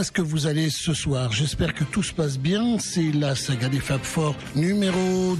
est-ce que vous allez ce soir? J'espère que tout se passe bien. C'est la saga des Fab Four numéro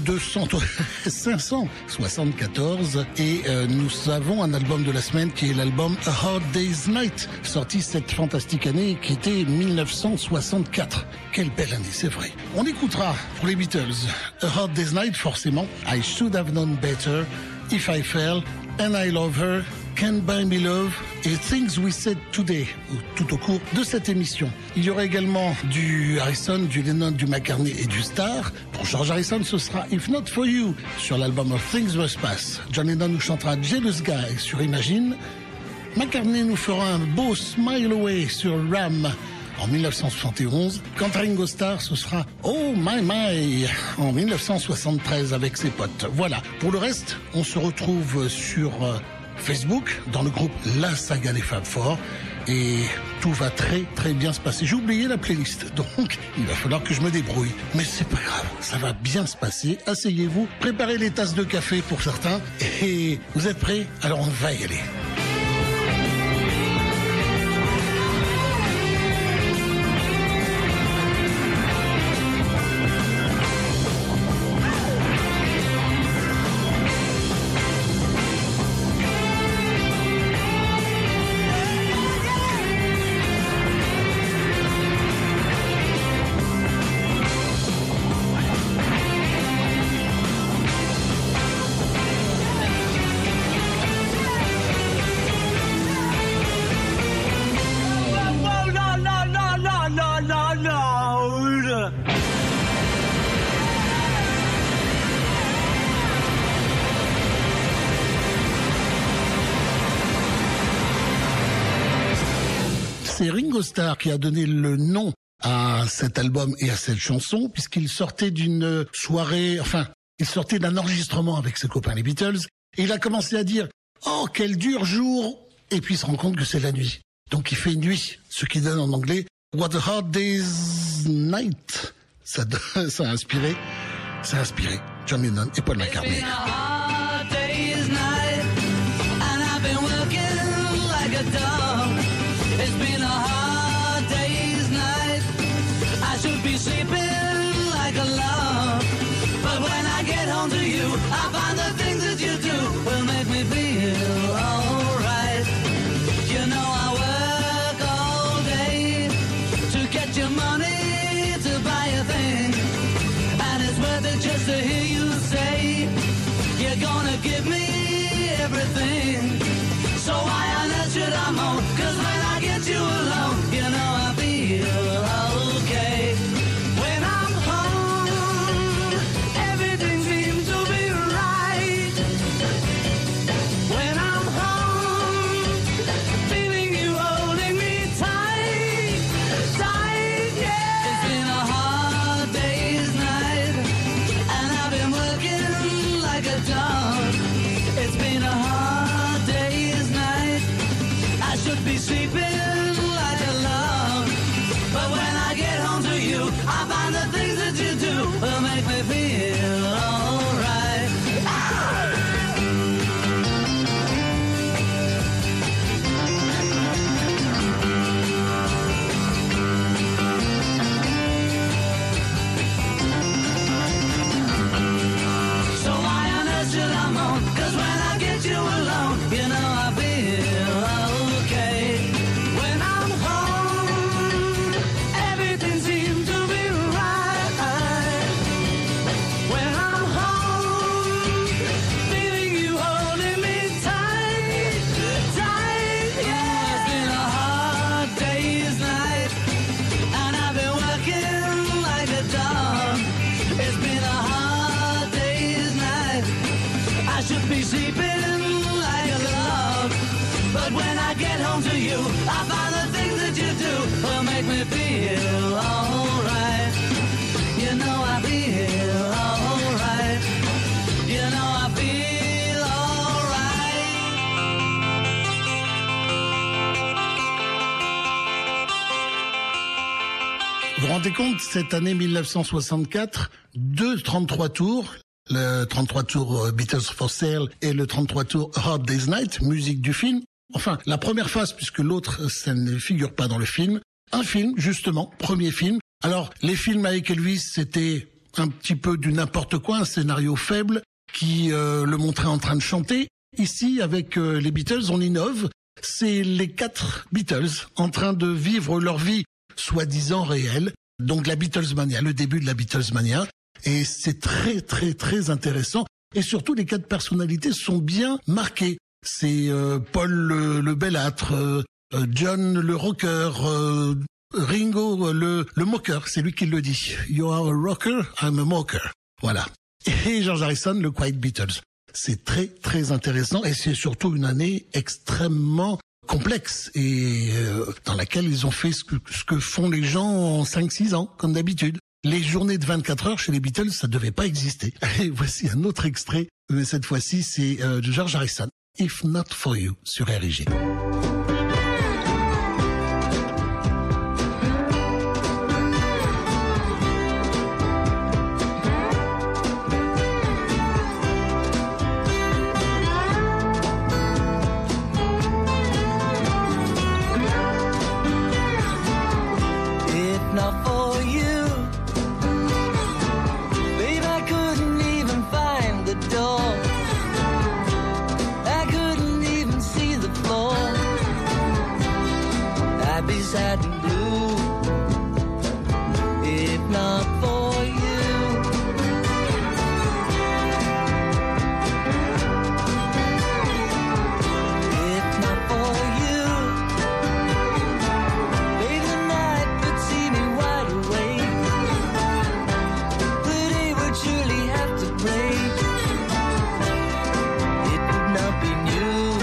574 et nous avons un album de la semaine qui est l'album A Hard Day's Night, sorti cette fantastique année qui était 1964. Quelle belle année, c'est vrai. On écoutera pour les Beatles A Hard Day's Night, forcément, I Should Have Known Better, If I Fell, And I Love Her, Can't Buy Me Love et Things We Said Today, tout au cours de cette émission. Il y aura également du Harrison, du Lennon, du McCartney et du Starr. Pour George Harrison, ce sera If Not For You sur l'album Of Things Must Pass. John Lennon nous chantera Jealous Guy sur Imagine. McCartney nous fera un beau Smile Away sur Ram en 1971. Quant à Ringo Starr, ce sera Oh My My en 1973 avec ses potes. Voilà. Pour le reste, on se retrouve sur Facebook, dans le groupe La Saga des Fab Four, et tout va très très bien se passer. J'ai oublié la playlist, donc il va falloir que je me débrouille. Mais c'est pas grave, ça va bien se passer. Asseyez-vous, préparez les tasses de café pour certains, et vous êtes prêts? Alors on va y aller. C'est Ringo Starr qui a donné le nom à cet album et à cette chanson, puisqu'il sortait d'une soirée, il sortait d'un enregistrement avec ses copains les Beatles, et il a commencé à dire « Oh, quel dur jour !» Et puis il se rend compte que c'est la nuit. Donc il fait nuit, ce qui donne en anglais « What a hard day's night !» Ça a inspiré John Lennon et Paul McCartney. It's been a hard day's night. I should be sleeping like a log, but when I get home to you, I find the things that you do will make me feel alright. You know I work all day to get your money to buy a thing, and it's worth it just to hear you say you're gonna give me everything. So why on earth should I moan? 'Cause when I get you alone, you know I feel okay. When I'm home, everything seems to be right. When I'm home, feeling you holding me tight, tight, yeah. It's been a hard day's night, and I've been working like a dog. It's been a hard day's night. I should be sleeping like a log, but when I get home to you, I find the things that you do will make me feel alright. So why on earth should I moan? 'Cause when I get you alone, you know I feel okay. When I'm home, everything seems to be right. When I'm home, feeling you holding me tight, tight, yeah. It's been a hard day's night, and I've been working like a dog. It's been a hard day's night. I should be sleeping like a log, but when I get home to you, I find the things that you do will make me feel alright. You know I feel alright. You know I feel alright. Vous vous rendez compte, cette année 1964, 33 tours, le 33 tours Beatles for Sale et le 33 tours Hard Day's Night, musique du film. Enfin, la première phase, puisque l'autre, ça ne figure pas dans le film, un film, justement, premier film. Alors, les films avec Elvis, c'était un petit peu du n'importe quoi, un scénario faible qui le montrait en train de chanter. Ici, avec les Beatles, on innove. C'est les 4 Beatles en train de vivre leur vie soi-disant réelle. Donc la Beatlesmania, le début de la Beatlesmania. Et c'est très, très, très intéressant. Et surtout, les 4 personnalités sont bien marquées. C'est Paul le belâtre, John le rocker, Ringo le moqueur, c'est lui qui le dit. You are a rocker, I'm a mocker. Voilà. Et George Harrison, le Quiet Beatles. C'est très, très intéressant et c'est surtout une année extrêmement complexe et dans laquelle ils ont fait ce que font les gens en 5-6 ans, comme d'habitude. Les journées de 24 heures chez les Beatles, ça devait pas exister. Et voici un autre extrait, mais cette fois-ci, c'est de George Harrison. If Not For You, sur RIG. sad and blue, if not for you. If not for you, baby, the night would see me wide awake. The day would surely have to break. It would not be new,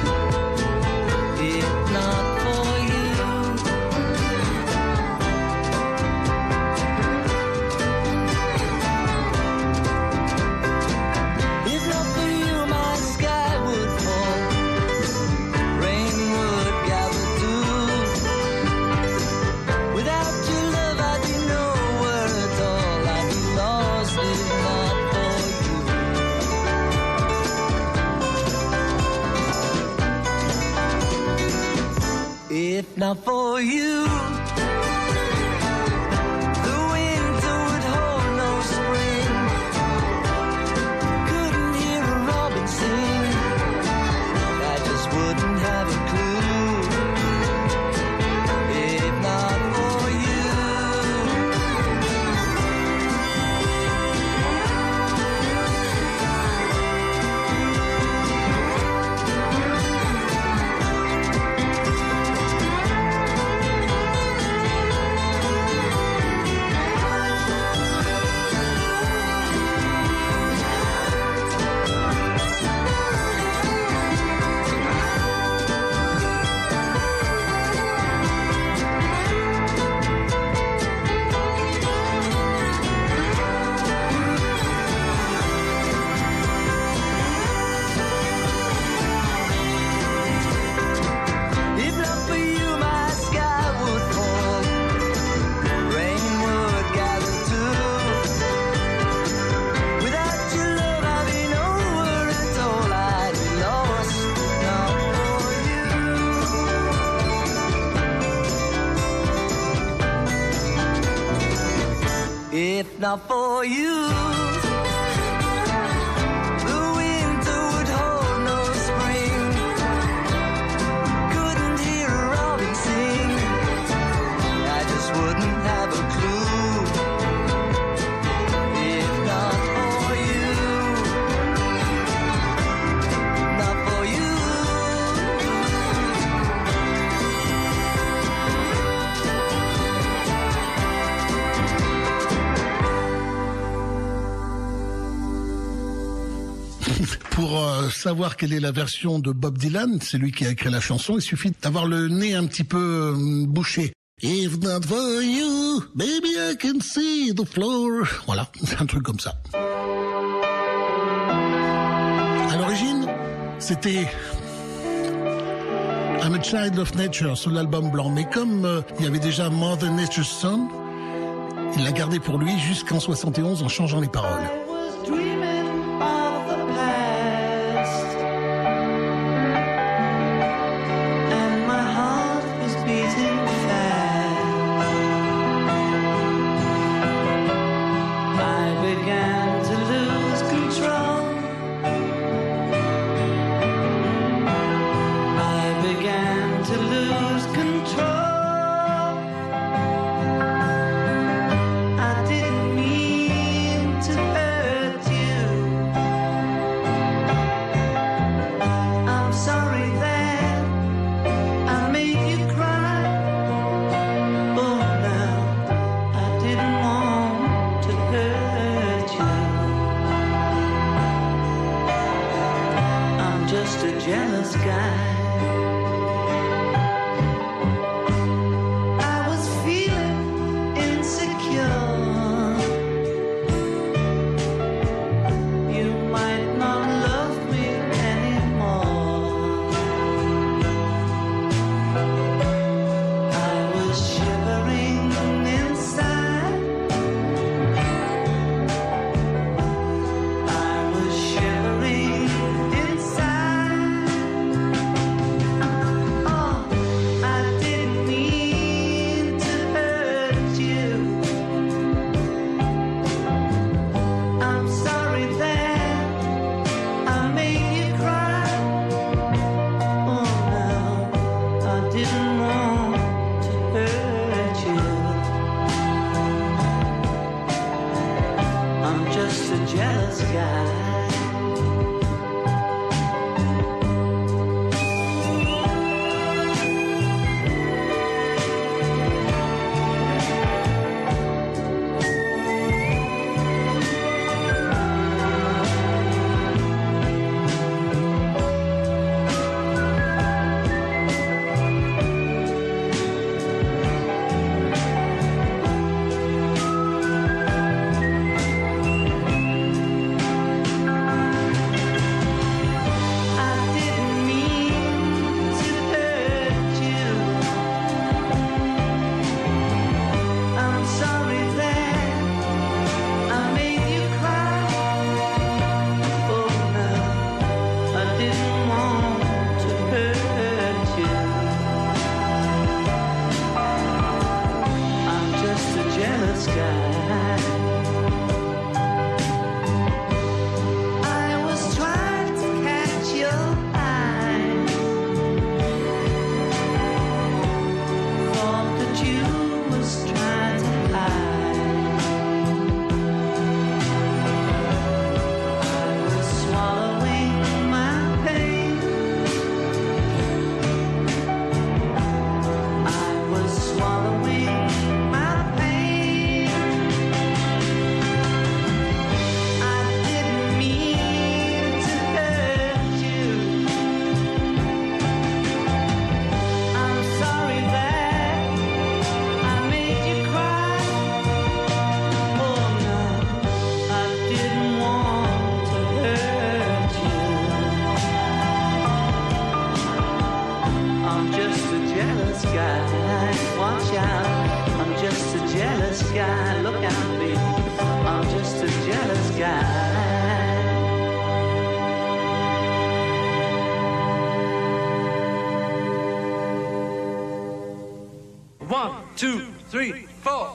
if not. If not for you, the winter would hold no spring. Couldn't hear a robin sing. I just wouldn't have a clue. If not for you. If not for you, the winter would hold no spring. Couldn't hear a robin sing. I just wouldn't have a clue. If not for you, not for you. Pour savoir quelle est la version de Bob Dylan, c'est lui qui a écrit la chanson, il suffit d'avoir le nez un petit peu bouché. If not for you, baby I can see the floor. Voilà, c'est un truc comme ça. À l'origine, c'était I'm a Child of Nature sur l'album blanc. Mais comme il y avait déjà Mother Nature's Son, il l'a gardé pour lui jusqu'en 71 en changeant les paroles. Beating fast. jealous guy. I was feeling insecure. You might not love me anymore. I was shivering inside. I was shivering inside. Oh, I didn't mean to hurt you. I'm sorry that I made you cry. Oh no, I didn't want to hurt you. I'm just a jealous guy. I didn't mean to hurt you. I'm sorry that I made you cry. Oh no, I didn't want to hurt you. I'm just a jealous guy. I was trying to catch your eye. Thought that you was trying to hide. I was swallowing my pain. I was swallowing my pain. I didn't mean to hurt you. I'm sorry that I made you cry. Oh no, I didn't want to hurt you. I'm just a jealous guy. Watch out, I'm just a jealous guy. Look out, baby, I'm just a jealous guy. One, two, three, four.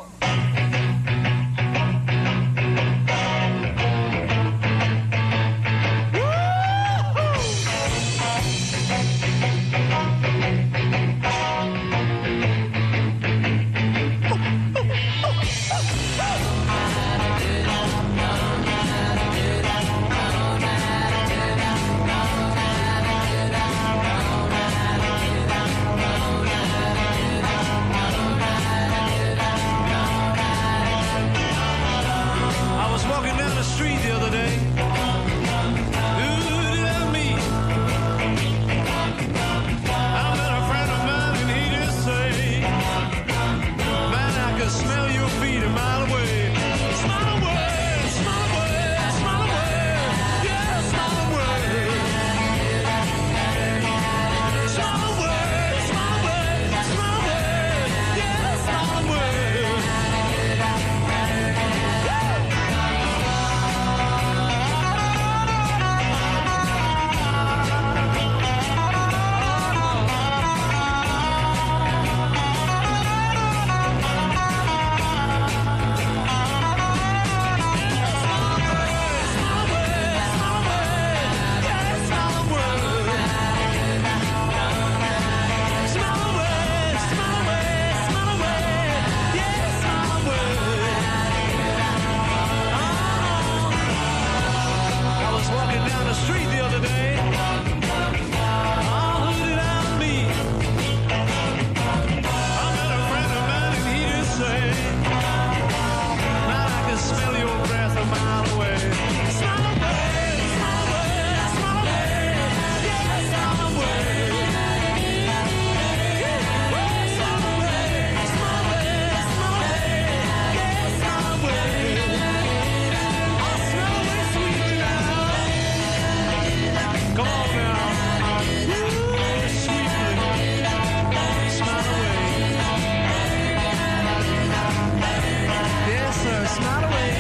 smile away.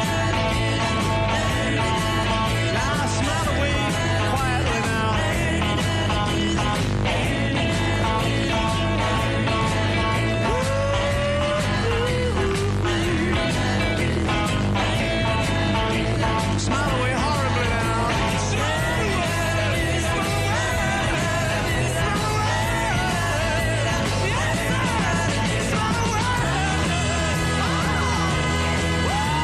Now smile away quietly now. Smile away horribly now. Smile away, smile away, smile away. Yes, smile away.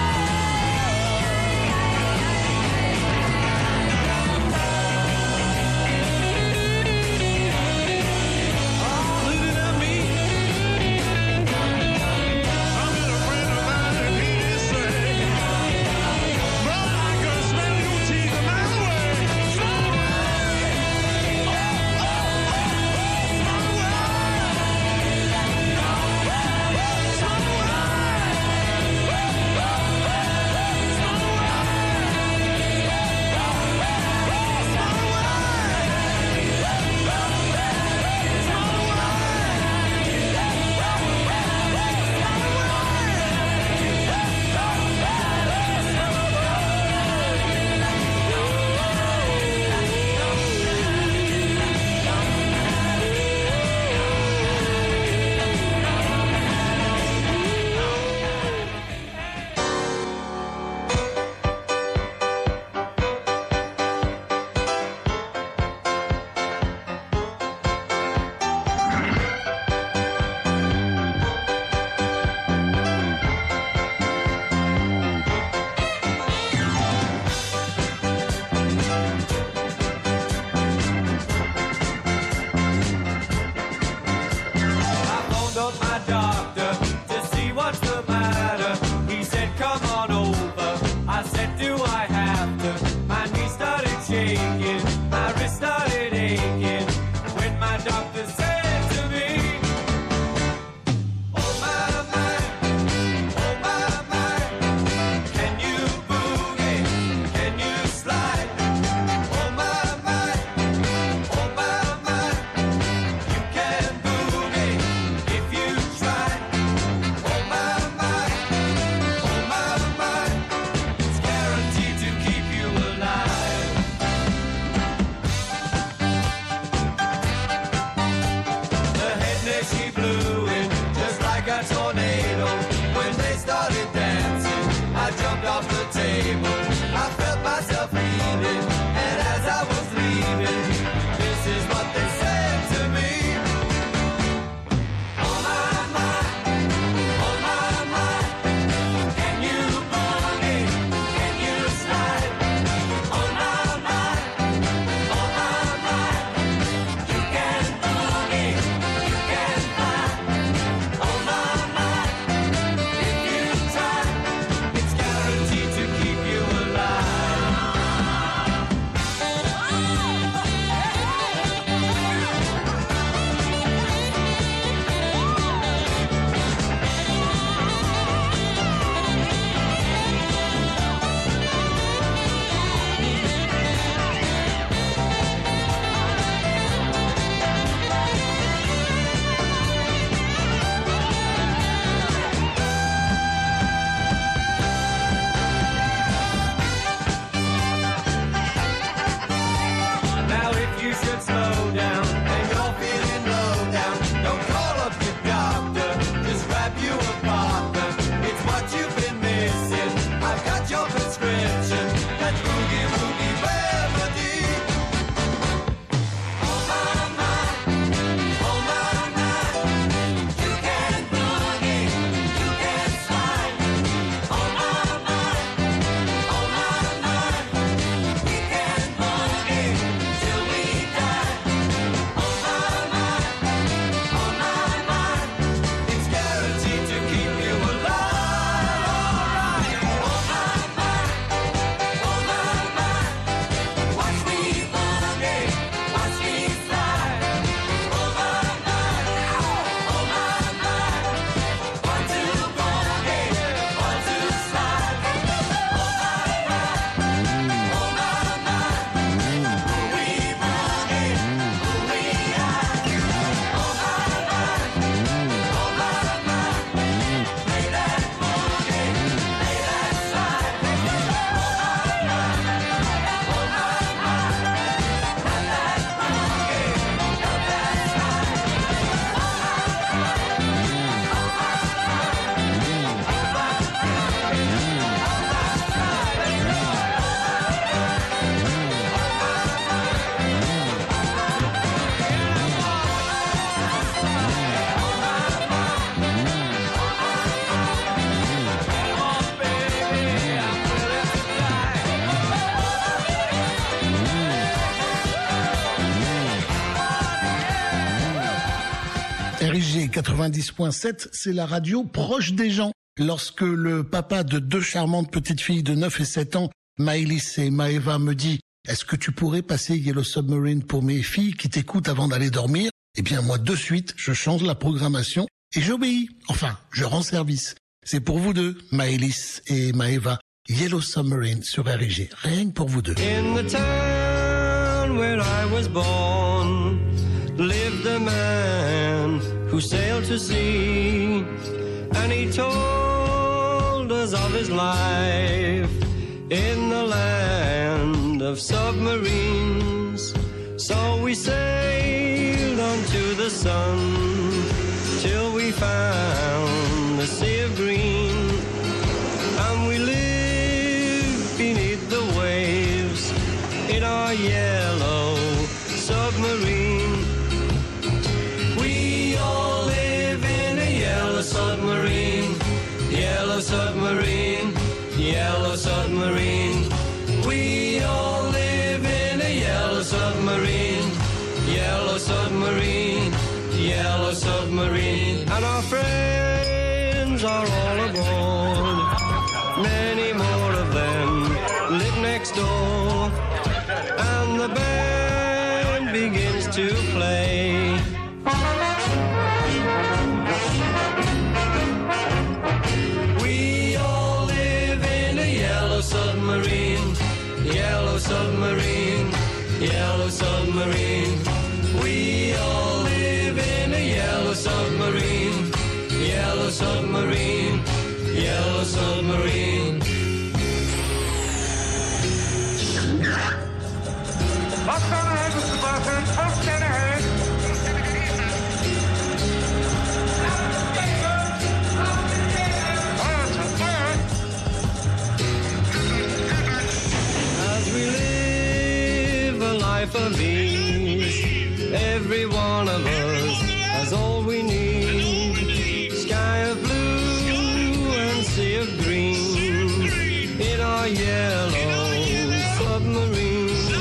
90.7, c'est la radio proche des gens. Lorsque le papa de deux charmantes petites filles de 9 et 7 ans, Maëlys et Maëva, me dit « Est-ce que tu pourrais passer Yellow Submarine pour mes filles qui t'écoutent avant d'aller dormir ?» Eh bien moi, de suite, je change la programmation et j'obéis. Enfin, je rends service. C'est pour vous deux, Maëlys et Maëva. Yellow Submarine sur RG, rien que pour vous deux. In the town where I was born lived a man who sailed to sea, and he told us of his life in the land of submarines. So we sailed on to the sun till we found the sea of green, and we lived beneath the waves in our yellow submarine. We all live in a yellow submarine, yellow submarine, yellow submarine. We all live in a yellow submarine, yellow submarine, yellow submarine. And our friends are all aboard, many more of them live next door, and the band begins to play. We all live in a yellow submarine, yellow submarine, yellow submarine. We all live in a yellow submarine, yellow submarine, yellow submarine. Up and ahead, Mr. Barton. Up and ahead. As we live a life of ease, every one of us has all we need. Sky of blue and sea of green in our yellow submarine.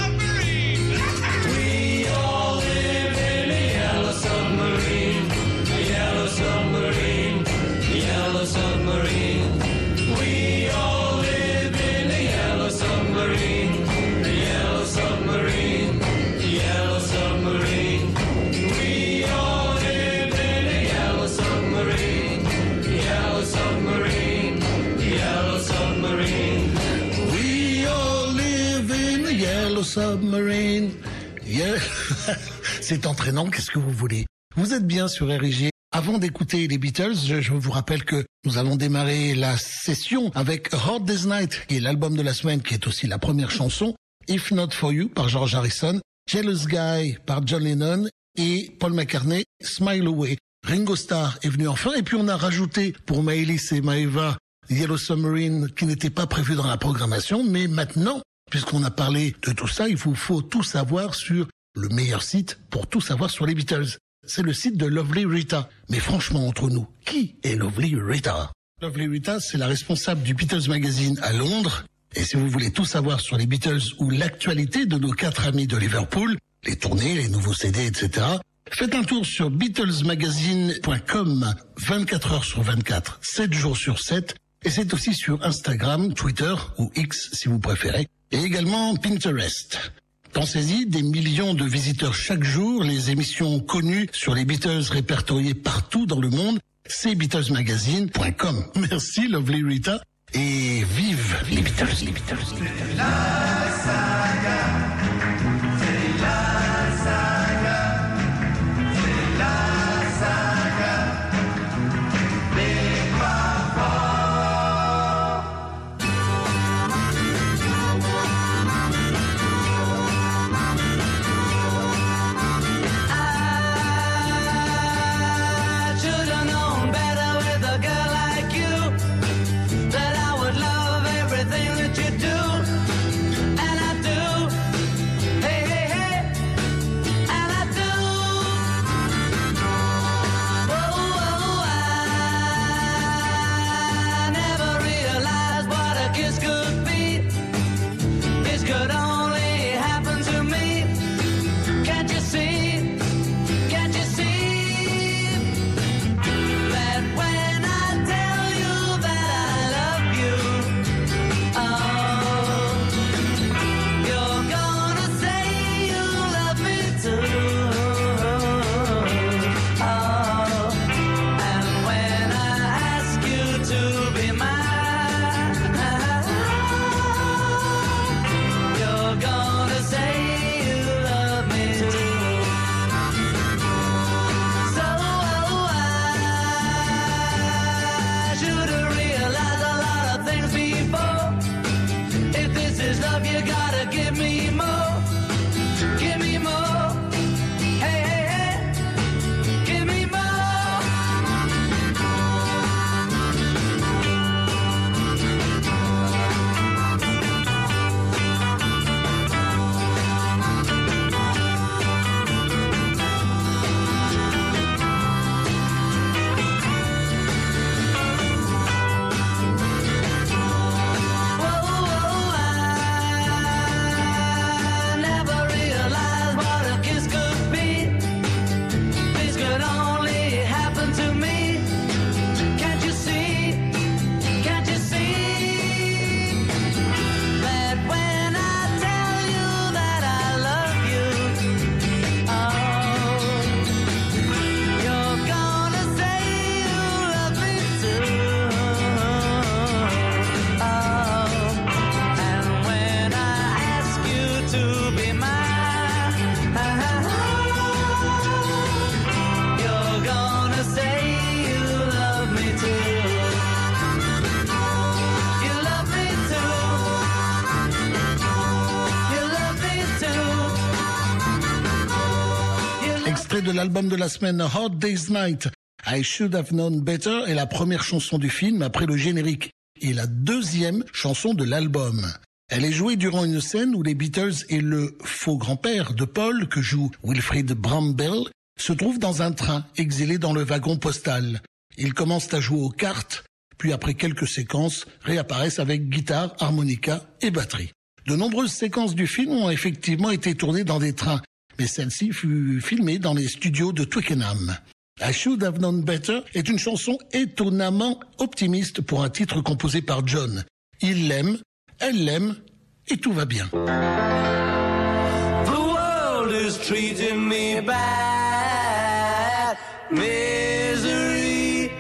We all live in a yellow submarine, a yellow submarine, yellow submarine. We all live in a yellow submarine, a yellow submarine, yellow submarine. We all live in a yellow submarine, yellow submarine, yellow submarine. We all live in a yellow submarine. Yeah. C'est entraînant, qu'est-ce que vous voulez? Vous êtes bien sur RG. Avant d'écouter les Beatles, je vous rappelle que nous allons démarrer la session avec A Hard Day's Night, qui est l'album de la semaine, qui est aussi la première chanson, If Not For You par George Harrison, Jealous Guy par John Lennon et Paul McCartney, Smile Away. Ringo Starr est venu enfin, et puis on a rajouté pour Maëlys et Maëva Yellow Submarine, qui n'était pas prévu dans la programmation, mais maintenant, puisqu'on a parlé de tout ça, il vous faut tout savoir sur le meilleur site pour tout savoir sur les Beatles. C'est le site de Lovely Rita. Mais franchement, entre nous, qui est Lovely Rita? Lovely Rita, c'est la responsable du Beatles Magazine à Londres. Et si vous voulez tout savoir sur les Beatles ou l'actualité de nos 4 amis de Liverpool, les tournées, les nouveaux CD, etc., faites un tour sur BeatlesMagazine.com 24 heures sur 24, 7 jours sur 7. Et c'est aussi sur Instagram, Twitter ou X si vous préférez. Et également Pinterest. Pensez-y, des millions de visiteurs chaque jour, les émissions connues sur les Beatles répertoriées partout dans le monde, c'est BeatlesMagazine.com. Merci Lovely Rita et vive les Beatles, les Beatles, les Beatles. La saga, c'est la saga, c'est la saga des papas. I should have known better with a girl like you, that I would love everything that you do, and I do. extrait de l'album de la semaine A Hard Day's Night. I Should Have Known Better est la première chanson du film après le générique et la deuxième chanson de l'album. Elle est jouée durant une scène où les Beatles et le faux grand-père de Paul, que joue Wilfrid Brambell, se trouvent dans un train exilé dans le wagon postal. Ils commencent à jouer aux cartes, puis après quelques séquences, réapparaissent avec guitare, harmonica et batterie. De nombreuses séquences du film ont effectivement été tournées dans des trains, mais celle-ci fut filmée dans les studios de Twickenham. I Should Have Known Better est une chanson étonnamment optimiste pour un titre composé par John. Il l'aime, elle l'aime, et tout va bien. The world is treating me bad, misery.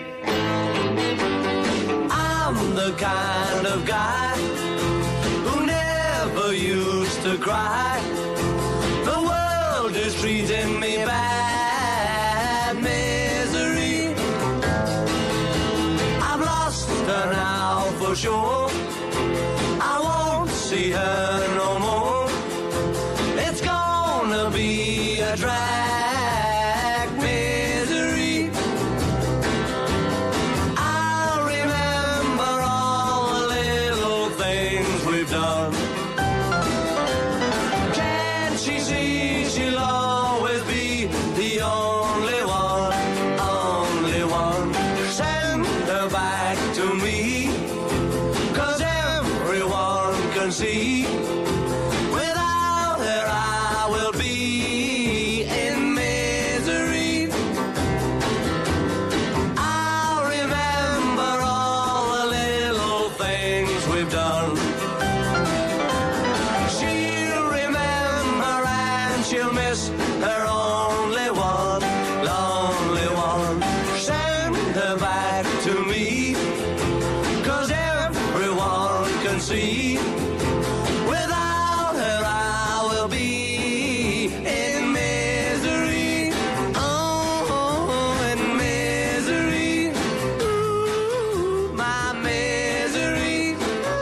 I'm the kind of guy who never used to cry. The world is treating me bad, misery. I've lost her now for sure. I won't see her no more. It's gonna be a drag, misery. I'll remember all the little things we've done. Can't she see she'll always be the only one, only one? Send her back to me, 'cause everyone can see without her I will be in misery. I'll remember all the little things we've done. She'll remember and she'll miss her only one, lonely one. Send her back to me, 'cause everyone can see without her I will be in misery. Oh, in misery. Ooh, my misery.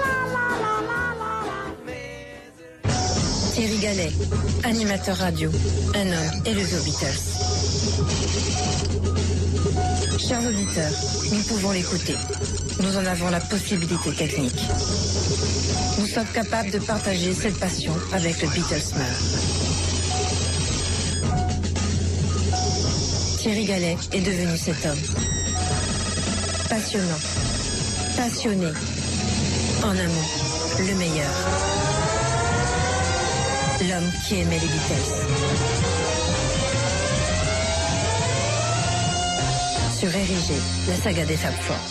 Thierry Gallet, animateur radio, un homme et le The Beatles. Chers auditeurs, nous pouvons l'écouter. Nous en avons la possibilité technique. Nous sommes capables de partager cette passion avec le Beatlesman. Thierry Gallet est devenu cet homme. Passionnant, passionné, en un mot, le meilleur. L'homme qui aimait les Beatles. Sur RIG, la saga des Fab Four.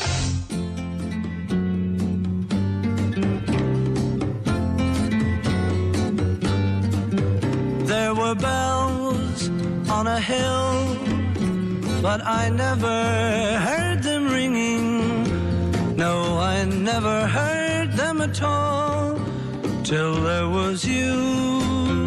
There were bells on a hill, but I never heard them ringing. No, I never heard them at all, till there was you.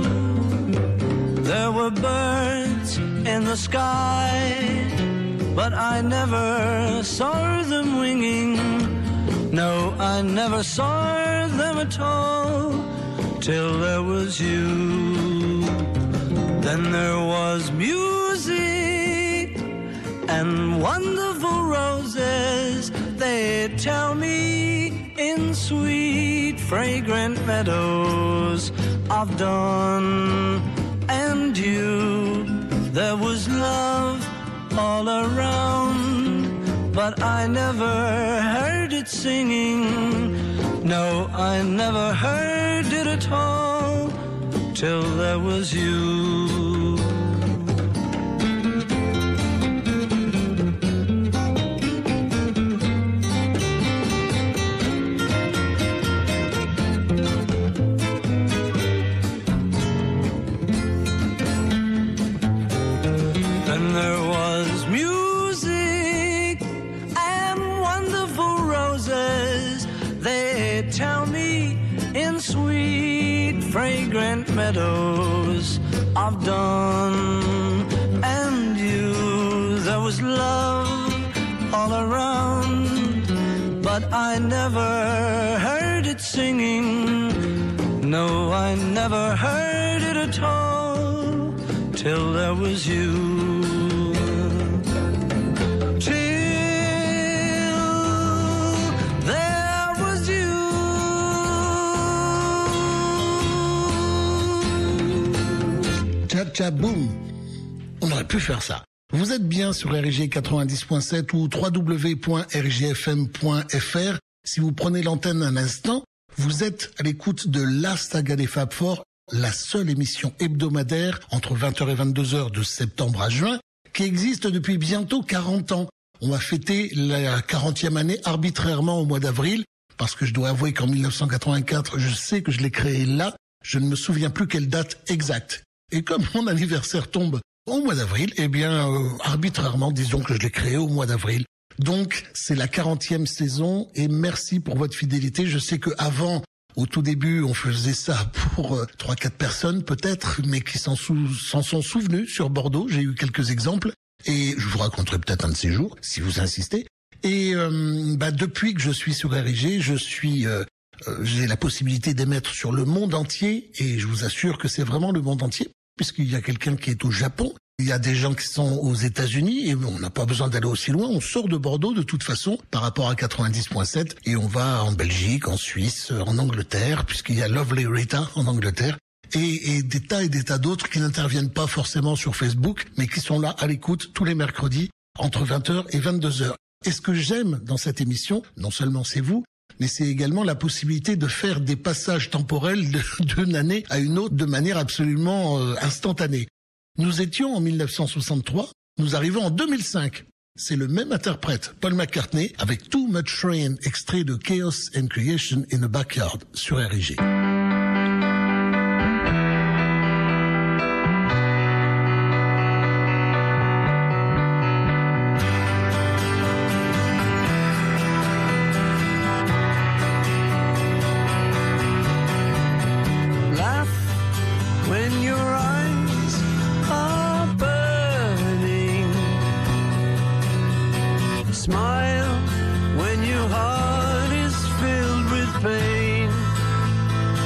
There were birds in the sky, but I never saw them winging. No, I never saw them at all, till there was you. Then there was music and wonderful roses, they tell me, in sweet fragrant meadows of dawn and dew. There was love all around, but I never heard it singing. No, I never heard it at all, till there was you. Then there was music and wonderful roses, they tell me, in sweet fragrant meadows of dawn and dew. There was love all around, but I never heard it singing. No, I never heard it at all, till there was you. cha boum. On aurait pu faire ça. Vous êtes bien sur RG 90.7 ou www.rgfm.fr. Si vous prenez l'antenne un instant, vous êtes à l'écoute de la saga des Fab Four, la seule émission hebdomadaire entre 20h et 22h de septembre à juin, qui existe depuis bientôt 40 ans. On va fêter la 40e année arbitrairement au mois d'avril, parce que je dois avouer qu'en 1984, je sais que je l'ai créé là, je ne me souviens plus quelle date exacte. Et comme mon anniversaire tombe au mois d'avril, eh bien, arbitrairement, disons que je l'ai créé au mois d'avril. Donc, c'est la 40e saison et merci pour votre fidélité. Je sais que avant, au tout début, on faisait ça pour 3-4 personnes peut-être, mais qui s'en sont souvenus sur Bordeaux. J'ai eu quelques exemples et je vous raconterai peut-être un de ces jours, si vous insistez. Et depuis que je suis sur RIG, j'ai la possibilité d'émettre sur le monde entier et je vous assure que c'est vraiment le monde entier. Puisqu'il y a quelqu'un qui est au Japon, il y a des gens qui sont aux États-Unis et on n'a pas besoin d'aller aussi loin. On sort de Bordeaux de toute façon par rapport à 90.7 et on va en Belgique, en Suisse, en Angleterre, puisqu'il y a Lovely Rita en Angleterre et des tas d'autres qui n'interviennent pas forcément sur Facebook, mais qui sont là à l'écoute tous les mercredis entre 20h et 22h. Et ce que j'aime dans cette émission, non seulement c'est vous, mais c'est également la possibilité de faire des passages temporels d'une année à une autre de manière absolument instantanée. Nous étions en 1963, nous arrivons en 2005. C'est le même interprète, Paul McCartney, avec Too Much Rain, extrait de Chaos and Creation in a Backyard sur RIG. Smile when your heart is filled with pain.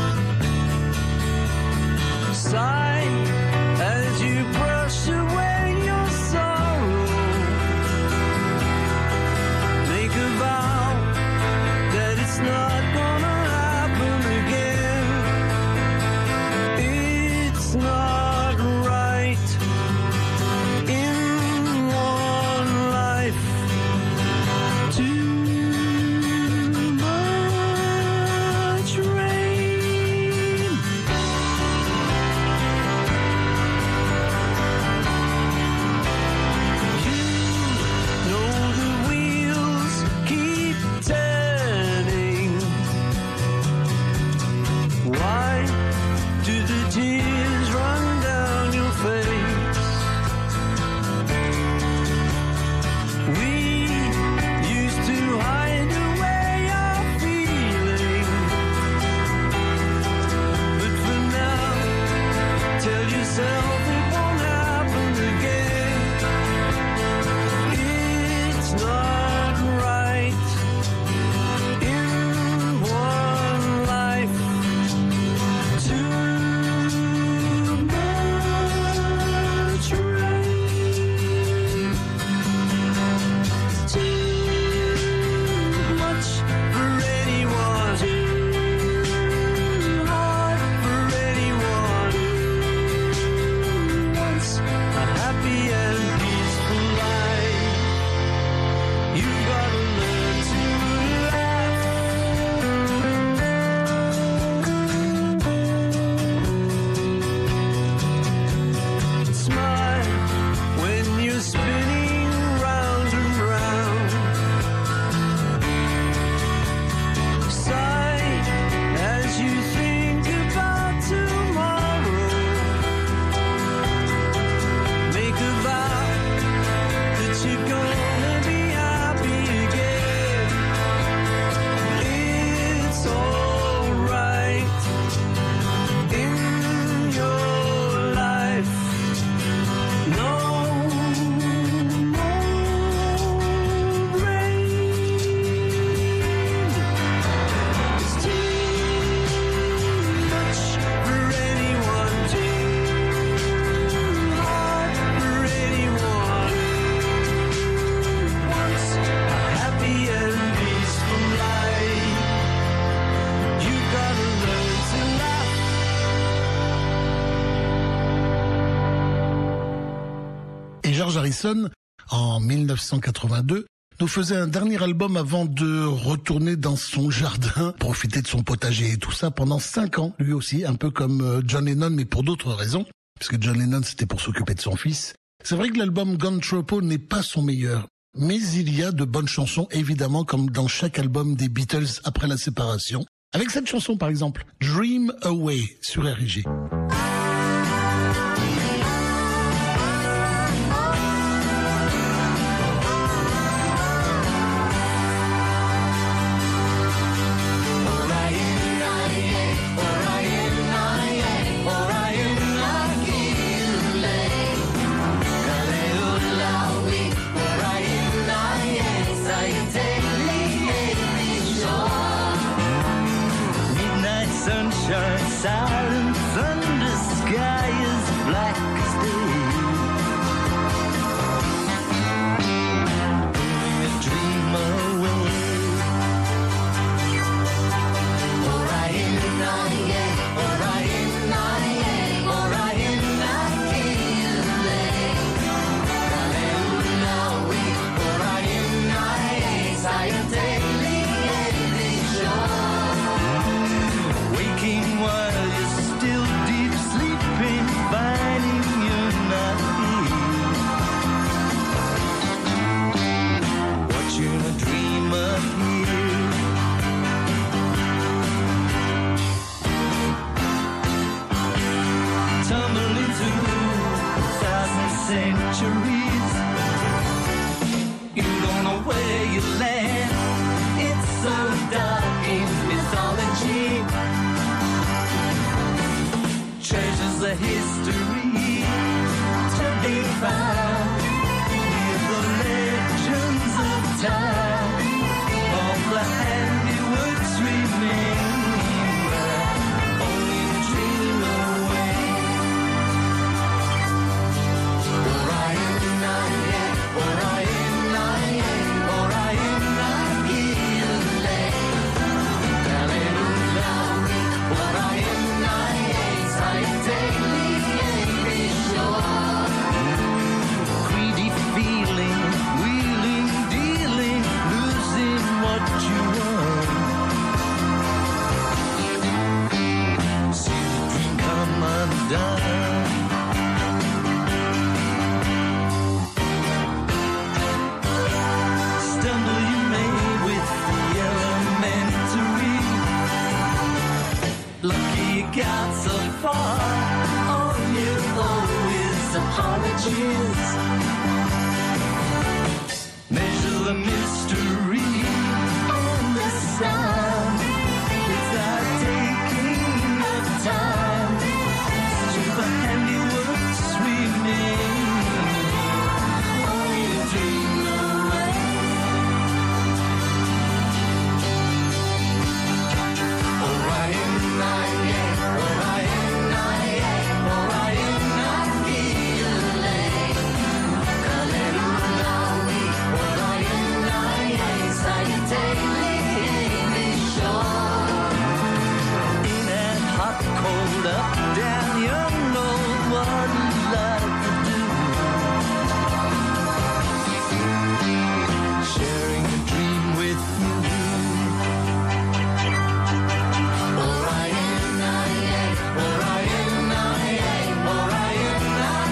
George Harrison, en 1982, nous faisait un dernier album avant de retourner dans son jardin, profiter de son potager et tout ça pendant 5 ans, lui aussi, un peu comme John Lennon, mais pour d'autres raisons, puisque John Lennon c'était pour s'occuper de son fils. C'est vrai que l'album Gone Tropo n'est pas son meilleur, mais il y a de bonnes chansons, évidemment, comme dans chaque album des Beatles après la séparation. Avec cette chanson par exemple, Dream Away sur RG. Silent thunder, sky is black as day. Bring a dream away. Orion, Orion, Orion, Orion, while you're still deep sleeping, finding you're not here. Watching a dream appear. Tumbling through 1,000 centuries. You don't know where you land. It's so dark in mythology. Treasures of history to be found with the legends of time. All the handiworks remain, only dream away. Orion, Orion, Orion, Orion, greedy feeling, wheeling, dealing, losing what you want. See the dream come undone. Stumble you may with the elementary. Lucky you got so far. All you owe is apologies. Measure the mystery and the sound without taking the time. To the handiworks remain. Only dream away. Orion, Orion, Orion, Orion, in that hot, cold, up, down, you know what love to do. Sharing a dream with you. Orion, Orion, Orion, Orion,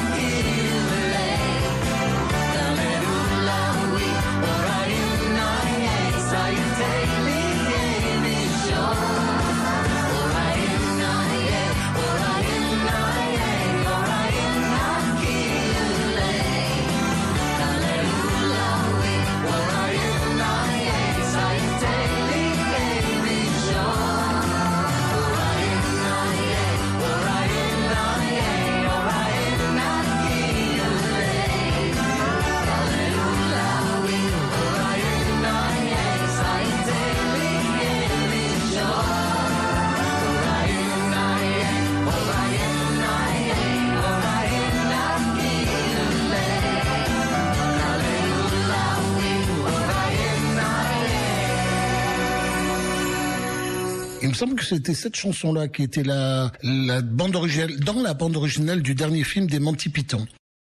Il me semble que c'était cette chanson-là qui était la bande originale, dans la bande originale du dernier film des Monty Python.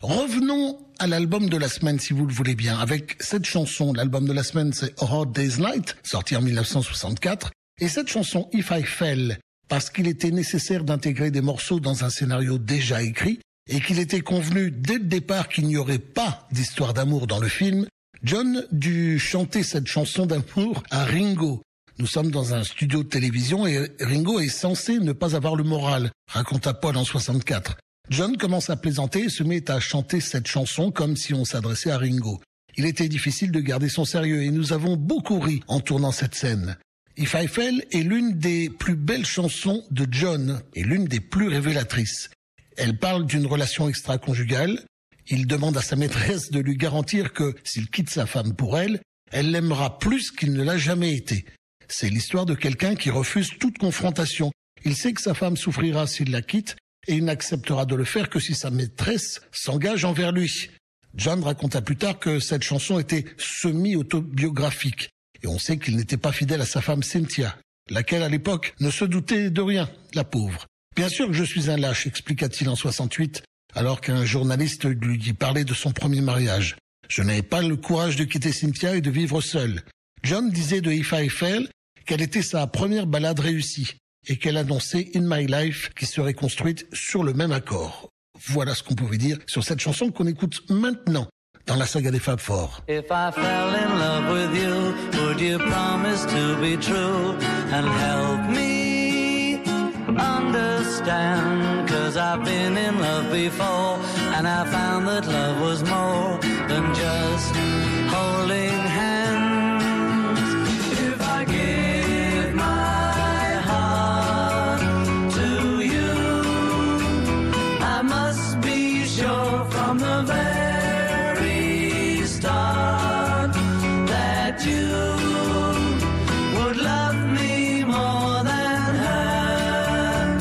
Revenons à l'album de la semaine, si vous le voulez bien, avec cette chanson. L'album de la semaine, c'est A Hard Day's Night, sorti en 1964. Et cette chanson, If I Fell, parce qu'il était nécessaire d'intégrer des morceaux dans un scénario déjà écrit, et qu'il était convenu dès le départ qu'il n'y aurait pas d'histoire d'amour dans le film, John dut chanter cette chanson d'amour à Ringo. Nous sommes dans un studio de télévision et Ringo est censé ne pas avoir le moral, raconta Paul en 64. John commence à plaisanter et se met à chanter cette chanson comme si on s'adressait à Ringo. Il était difficile de garder son sérieux et nous avons beaucoup ri en tournant cette scène. If I Fell est l'une des plus belles chansons de John et l'une des plus révélatrices. Elle parle d'une relation extra-conjugale. Il demande à sa maîtresse de lui garantir que, s'il quitte sa femme pour elle, elle l'aimera plus qu'il ne l'a jamais été. C'est l'histoire de quelqu'un qui refuse toute confrontation. Il sait que sa femme souffrira s'il la quitte et il n'acceptera de le faire que si sa maîtresse s'engage envers lui. John raconta plus tard que cette chanson était semi-autobiographique. Et on sait qu'il n'était pas fidèle à sa femme Cynthia, laquelle à l'époque ne se doutait de rien, la pauvre. Bien sûr que je suis un lâche, expliqua-t-il en 68, alors qu'un journaliste lui parlait de son premier mariage. Je n'avais pas le courage de quitter Cynthia et de vivre seul. John disait de If I Fell qu'elle était sa première ballade réussie et qu'elle annonçait In My Life qui serait construite sur le même accord. Voilà ce qu'on pouvait dire sur cette chanson qu'on écoute maintenant dans la saga des Fab Four. If I fell in love with you, would you promise to be true and help me understand? 'Cause I've been in love before and I found that love was more than just holding hands. If I give my heart to you, I must be sure from the very start that you would love me more than her.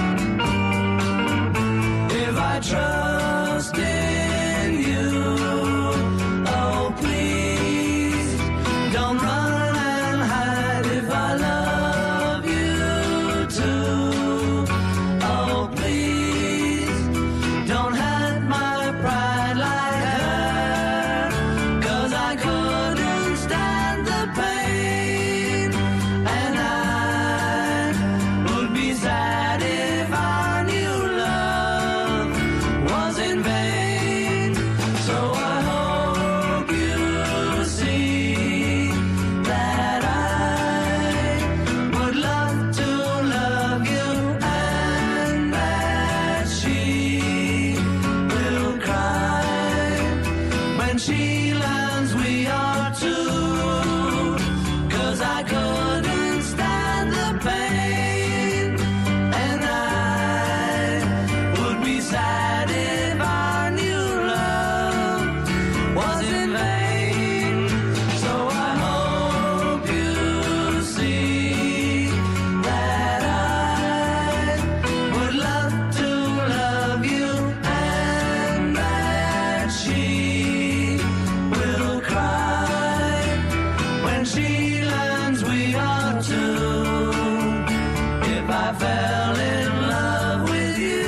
If I trust in you, oh please don't run and hide. If I love you too, oh please don't hurt my pride like her. 'Cause I couldn't stand the pain and I would be sad if I knew love was in vain. So I hope you see that I would love to love you and that she will cry when she learns we are two. 'Cause I couldn't stand the pain and I would be sad if I knew love was in vain. So I hope you see that I would love to love you and that she will cry when she learns we are two. If I fell in love with you.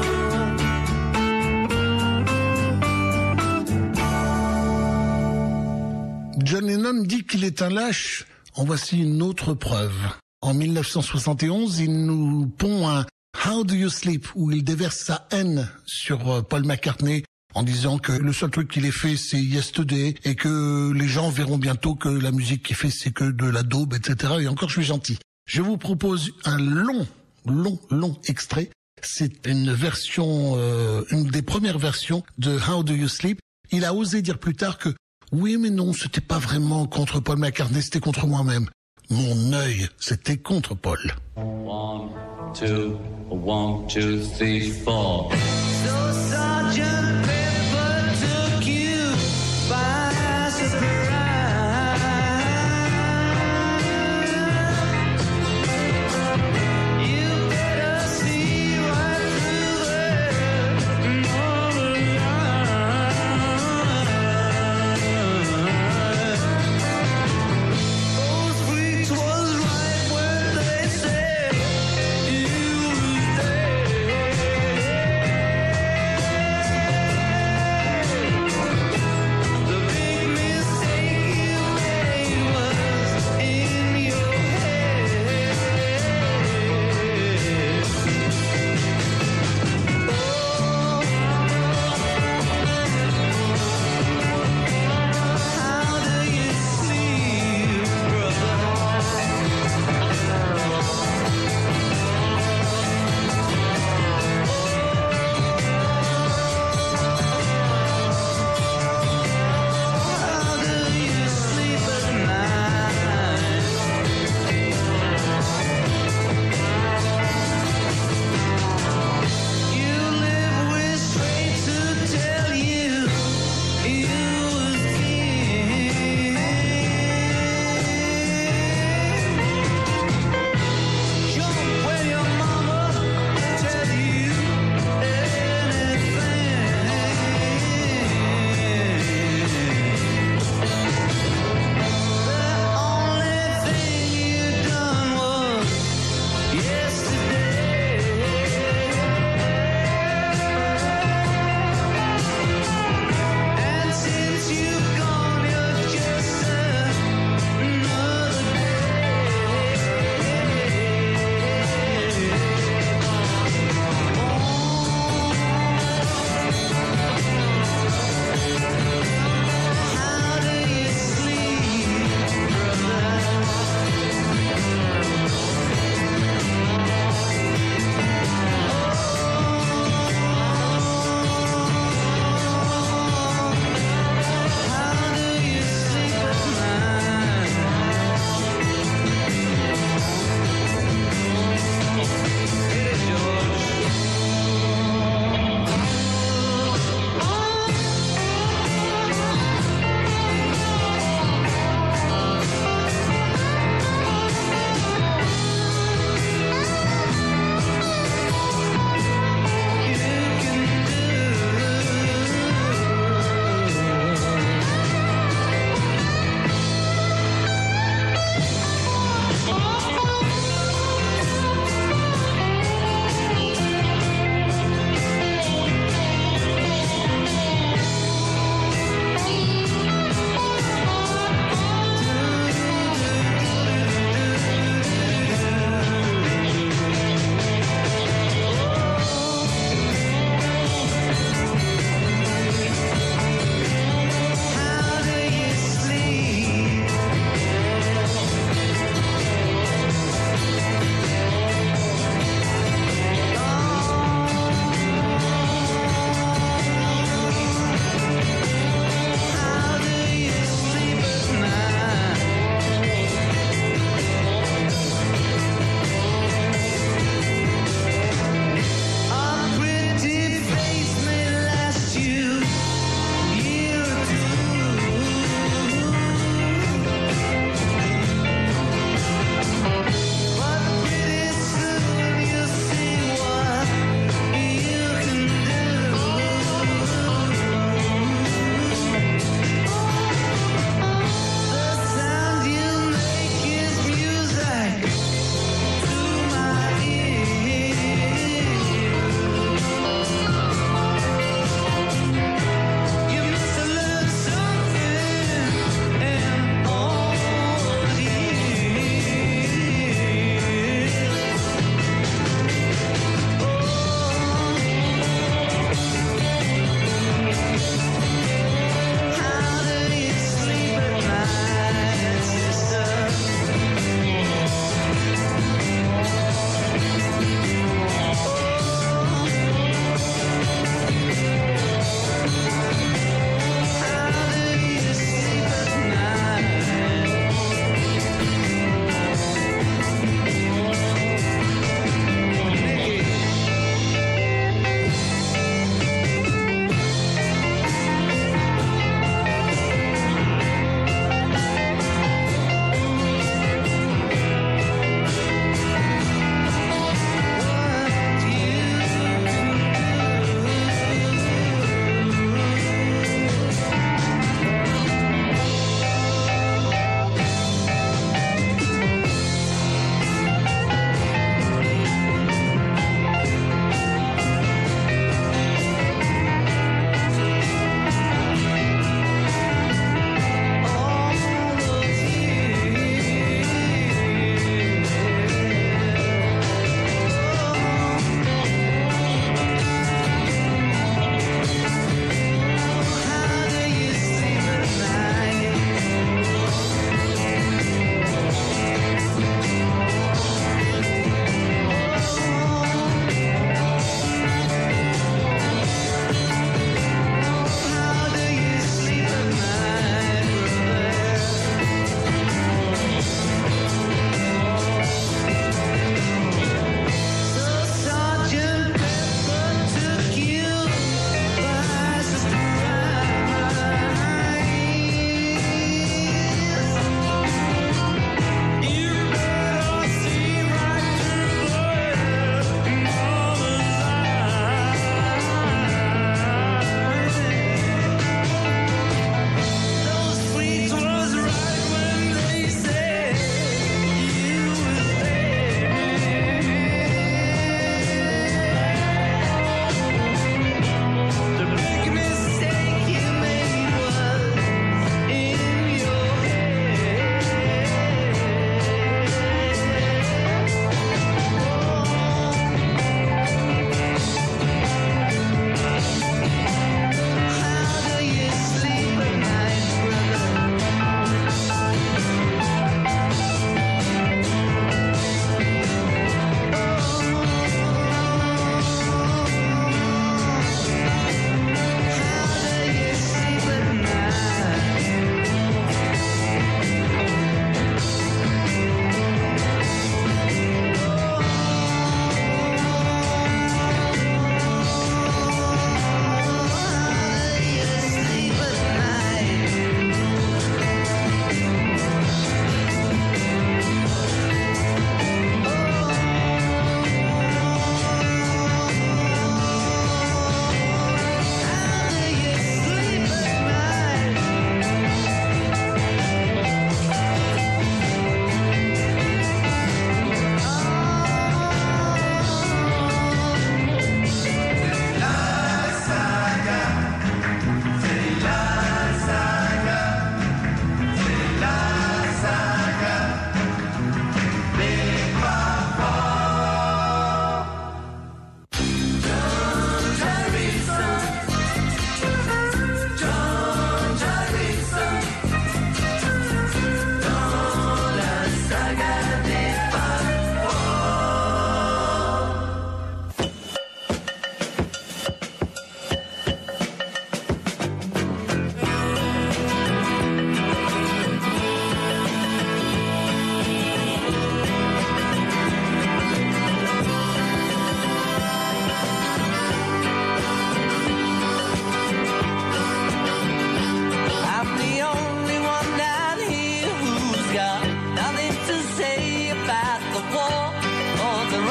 John Lennon dit qu'il est un lâche. En voici une autre preuve. En 1971, il nous pond un How Do You Sleep où il déverse sa haine sur Paul McCartney en disant que le seul truc qu'il ait fait c'est Yesterday et que les gens verront bientôt que la musique qu'il fait c'est que de la daube, etc. Et encore je suis gentil. Je vous propose un long extrait. C'est une version, une des premières versions de How Do You Sleep. Il a osé dire plus tard que oui mais non, c'était pas vraiment contre Paul McCartney, c'était contre moi-même. Mon œil, c'était contre Paul. 1, 2, 1, 2, 3, 4. So Sergeant Pepper took you by surprise. You better see right through it. Those freaks was right when they said you was there.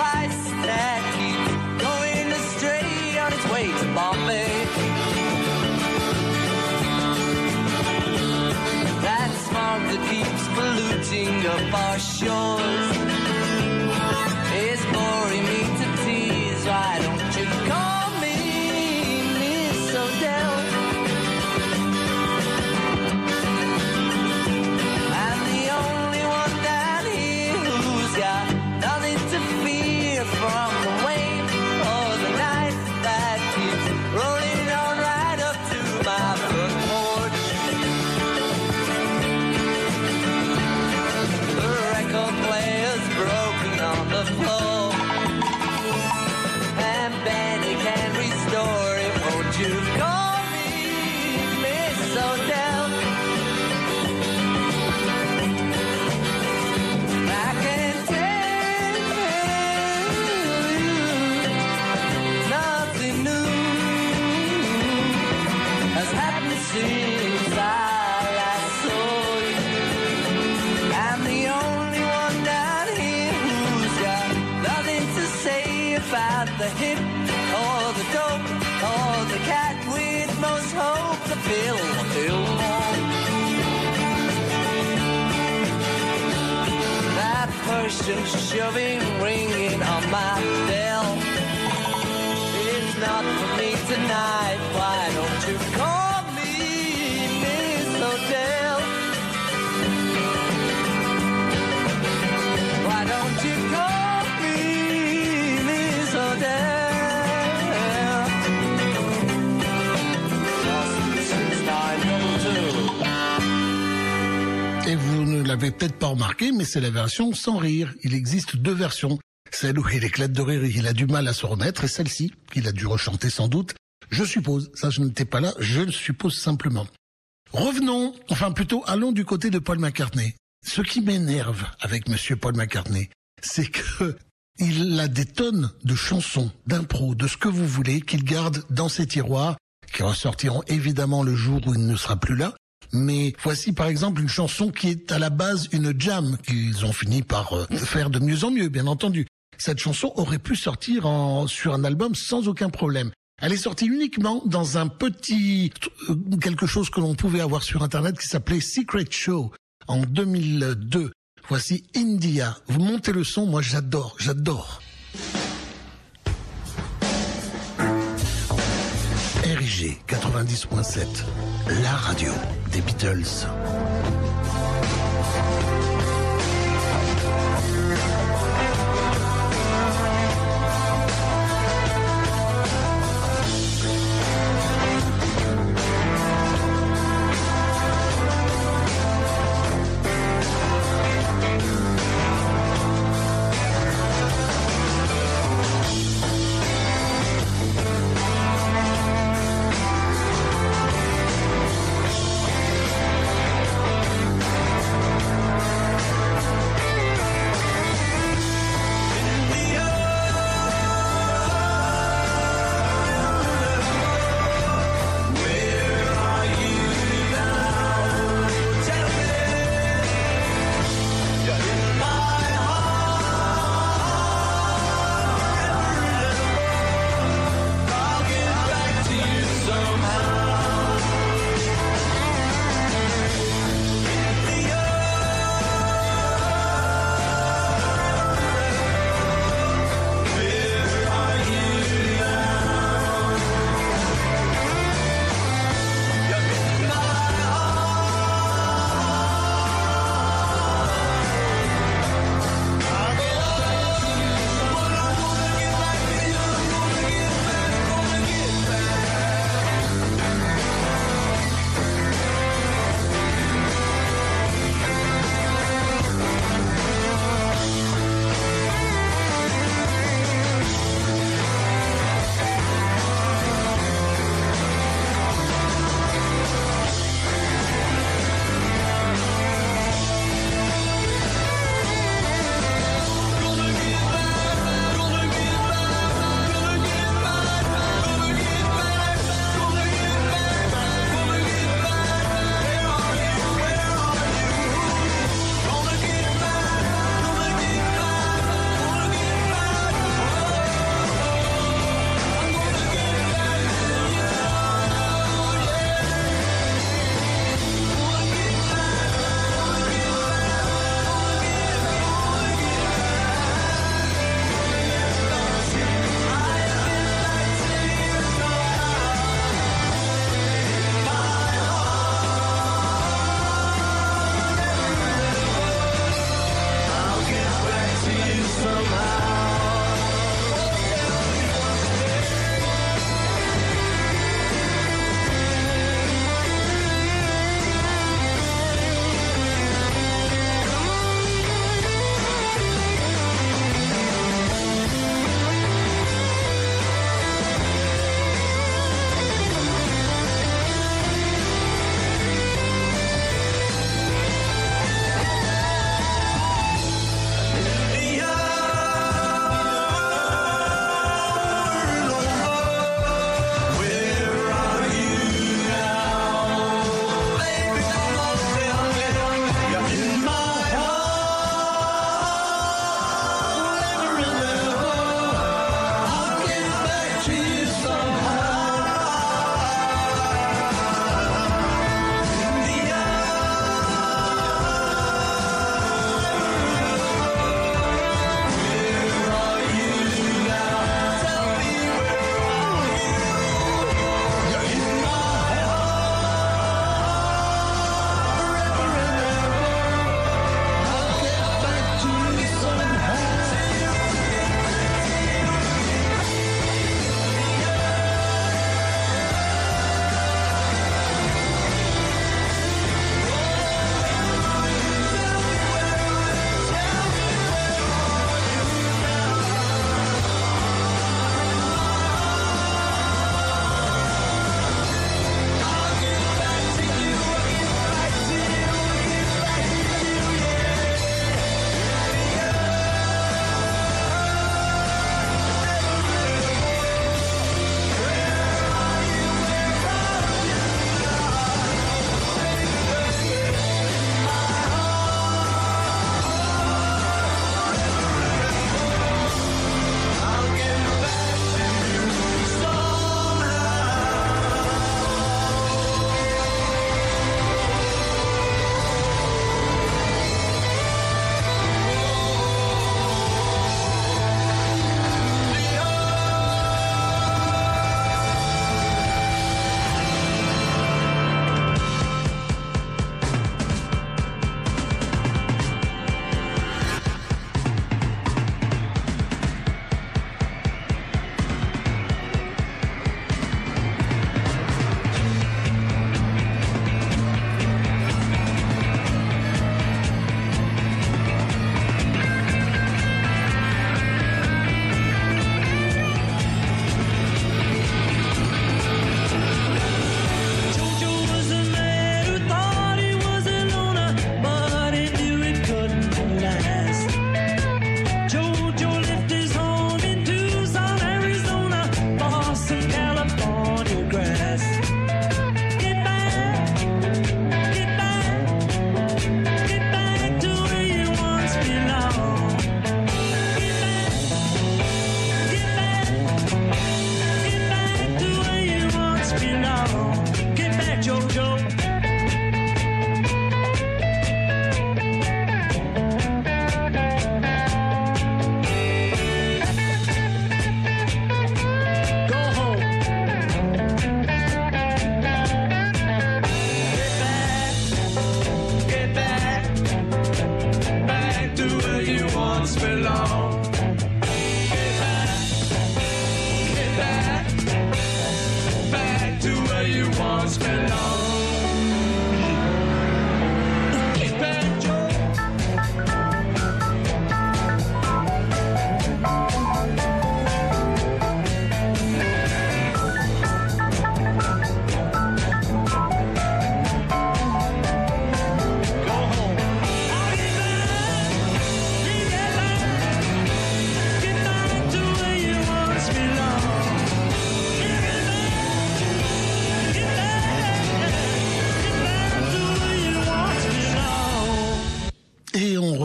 device that keeps going astray on its way to Bombay. That smog that keeps polluting up our shores is boring me to tears. Why don't you call me Miss Odell? I'm the only one down here who's got nothing to fear from the wave or the night that keeps rolling on right up to my front porch. The record player's broken on the floor, and Benny can restore it. Won't you call me Miss Odell? I can tell you nothing new has happened since I last saw you. I'm the only one down here who's got nothing to say about the hip or the dope or the cat with most hope, the Bill Fillmore. That Persian shoving ringing on my bell, it's not for me tonight. Why don't you call me Miss Odell? Why don't you call me Miss Odell? Austin 6922. Et vous ne l'avez peut-être pas remarqué, mais c'est la version sans rire. Il existe deux versions. Celle où il éclate de rire et il a du mal à se remettre, et celle-ci, qu'il a dû rechanter sans doute. Je suppose, ça je n'étais pas là, je le suppose simplement. Revenons, enfin plutôt allons du côté de Paul McCartney. Ce qui m'énerve avec monsieur Paul McCartney, c'est que il a des tonnes de chansons, d'impro, de ce que vous voulez, qu'il garde dans ses tiroirs, qui ressortiront évidemment le jour où il ne sera plus là. Mais voici par exemple une chanson qui est à la base une jam qu'ils ont fini par faire de mieux en mieux, bien entendu. Cette chanson aurait pu sortir sur un album sans aucun problème. Elle est sortie uniquement dans un petit quelque chose que l'on pouvait avoir sur Internet qui s'appelait Secret Show en 2002. Voici India. Vous montez le son, moi j'adore. RIG 90.7, la radio des Beatles.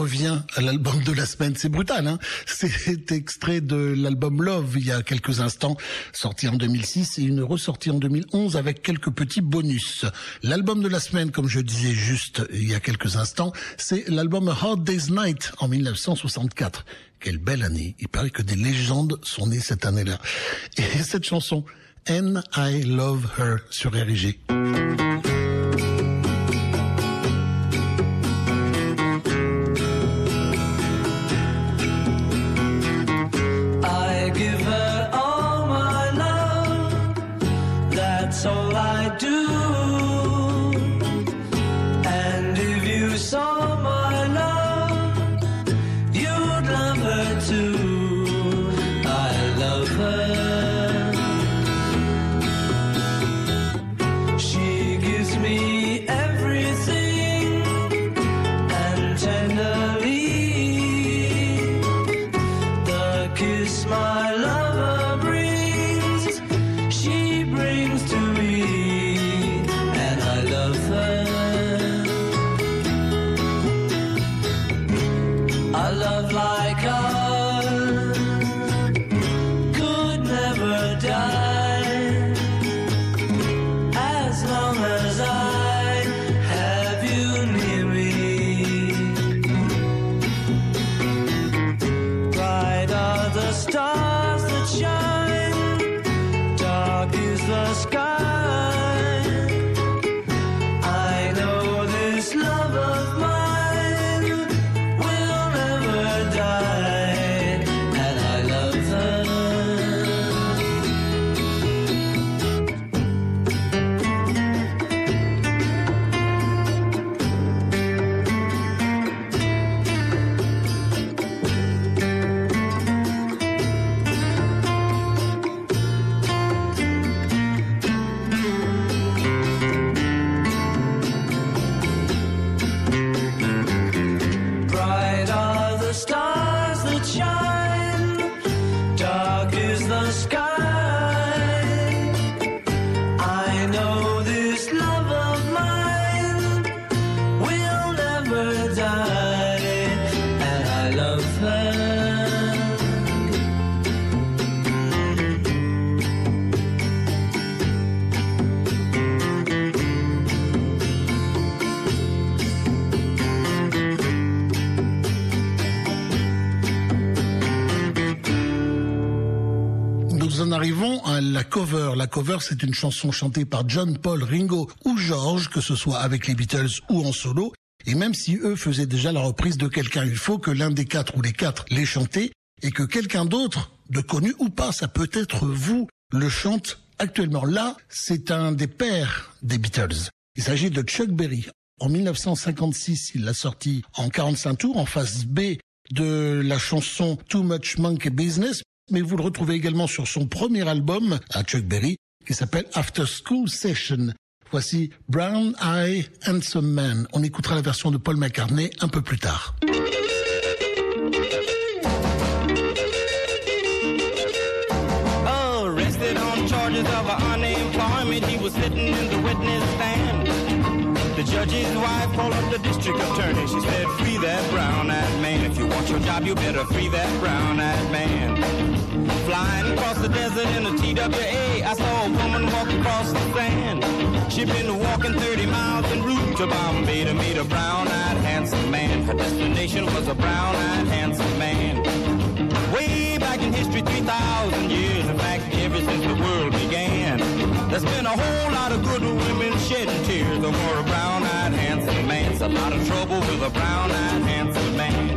revient à l'album de la semaine. C'est brutal, hein. C'est extrait de l'album Love il y a quelques instants, sorti en 2006 et une ressortie en 2011 avec quelques petits bonus. L'album de la semaine, comme je disais juste il y a quelques instants, c'est l'album A Hard Day's Night en 1964. Quelle belle année. Il paraît que des légendes sont nées cette année-là. Et cette chanson, And I Love Her, sur RIG. That's all I do. And if you saw my love, you'd love her too. I love her. She gives me everything, and tenderly the kiss my lover brings, she brings to me, and I love her. A love like ours could never die, as long as I have you near me. Bright are the stars that shine, dark is the sky. I know this love of mine will never die, and I love her. Bright are the stars that shine, dark is the sky. I know this love of mine will never die, and I love her. Nous en arrivons à la cover. La cover, c'est une chanson chantée par John, Paul, Ringo ou George, que ce soit avec les Beatles ou en solo. Et même si eux faisaient déjà la reprise de quelqu'un, il faut que l'un des quatre ou les quatre les chantait et que quelqu'un d'autre, de connu ou pas, ça peut être vous, le chante actuellement. Là, c'est un des pères des Beatles. Il s'agit de Chuck Berry. En 1956, il l'a sorti en 45 tours, en face B de la chanson Too Much Monkey Business. Mais vous le retrouvez également sur son premier album à Chuck Berry, qui s'appelle After School Session. Voici Brown Eye Handsome Man. On écoutera la version de Paul McCartney un peu plus tard. Arrested on charges of unemployment, he was sitting in the witness stand. The judge's wife called up the district attorney. She said, free that brown-eyed man. If you want your job, you better free that brown-eyed man. Flying across the desert in a TWA, I saw a woman walk across the sand. She'd been walking 30 miles en route to Bombay to meet a brown-eyed handsome man. Her destination was a brown-eyed handsome man. Way back in history, 3,000 years, in fact, ever since the world began, there's been a whole lot of good women shedding tears over a brown-eyed handsome man. It's a lot of trouble with a brown-eyed handsome man.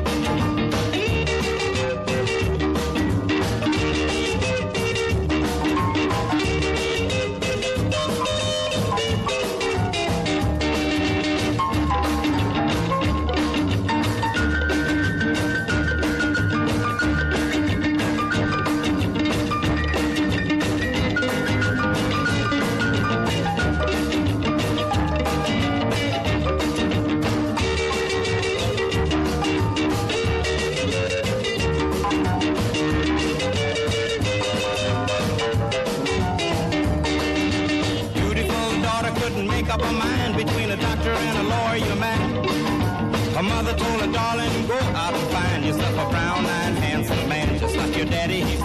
Up a mind between a doctor and a lawyer man. Her mother told her, darling, go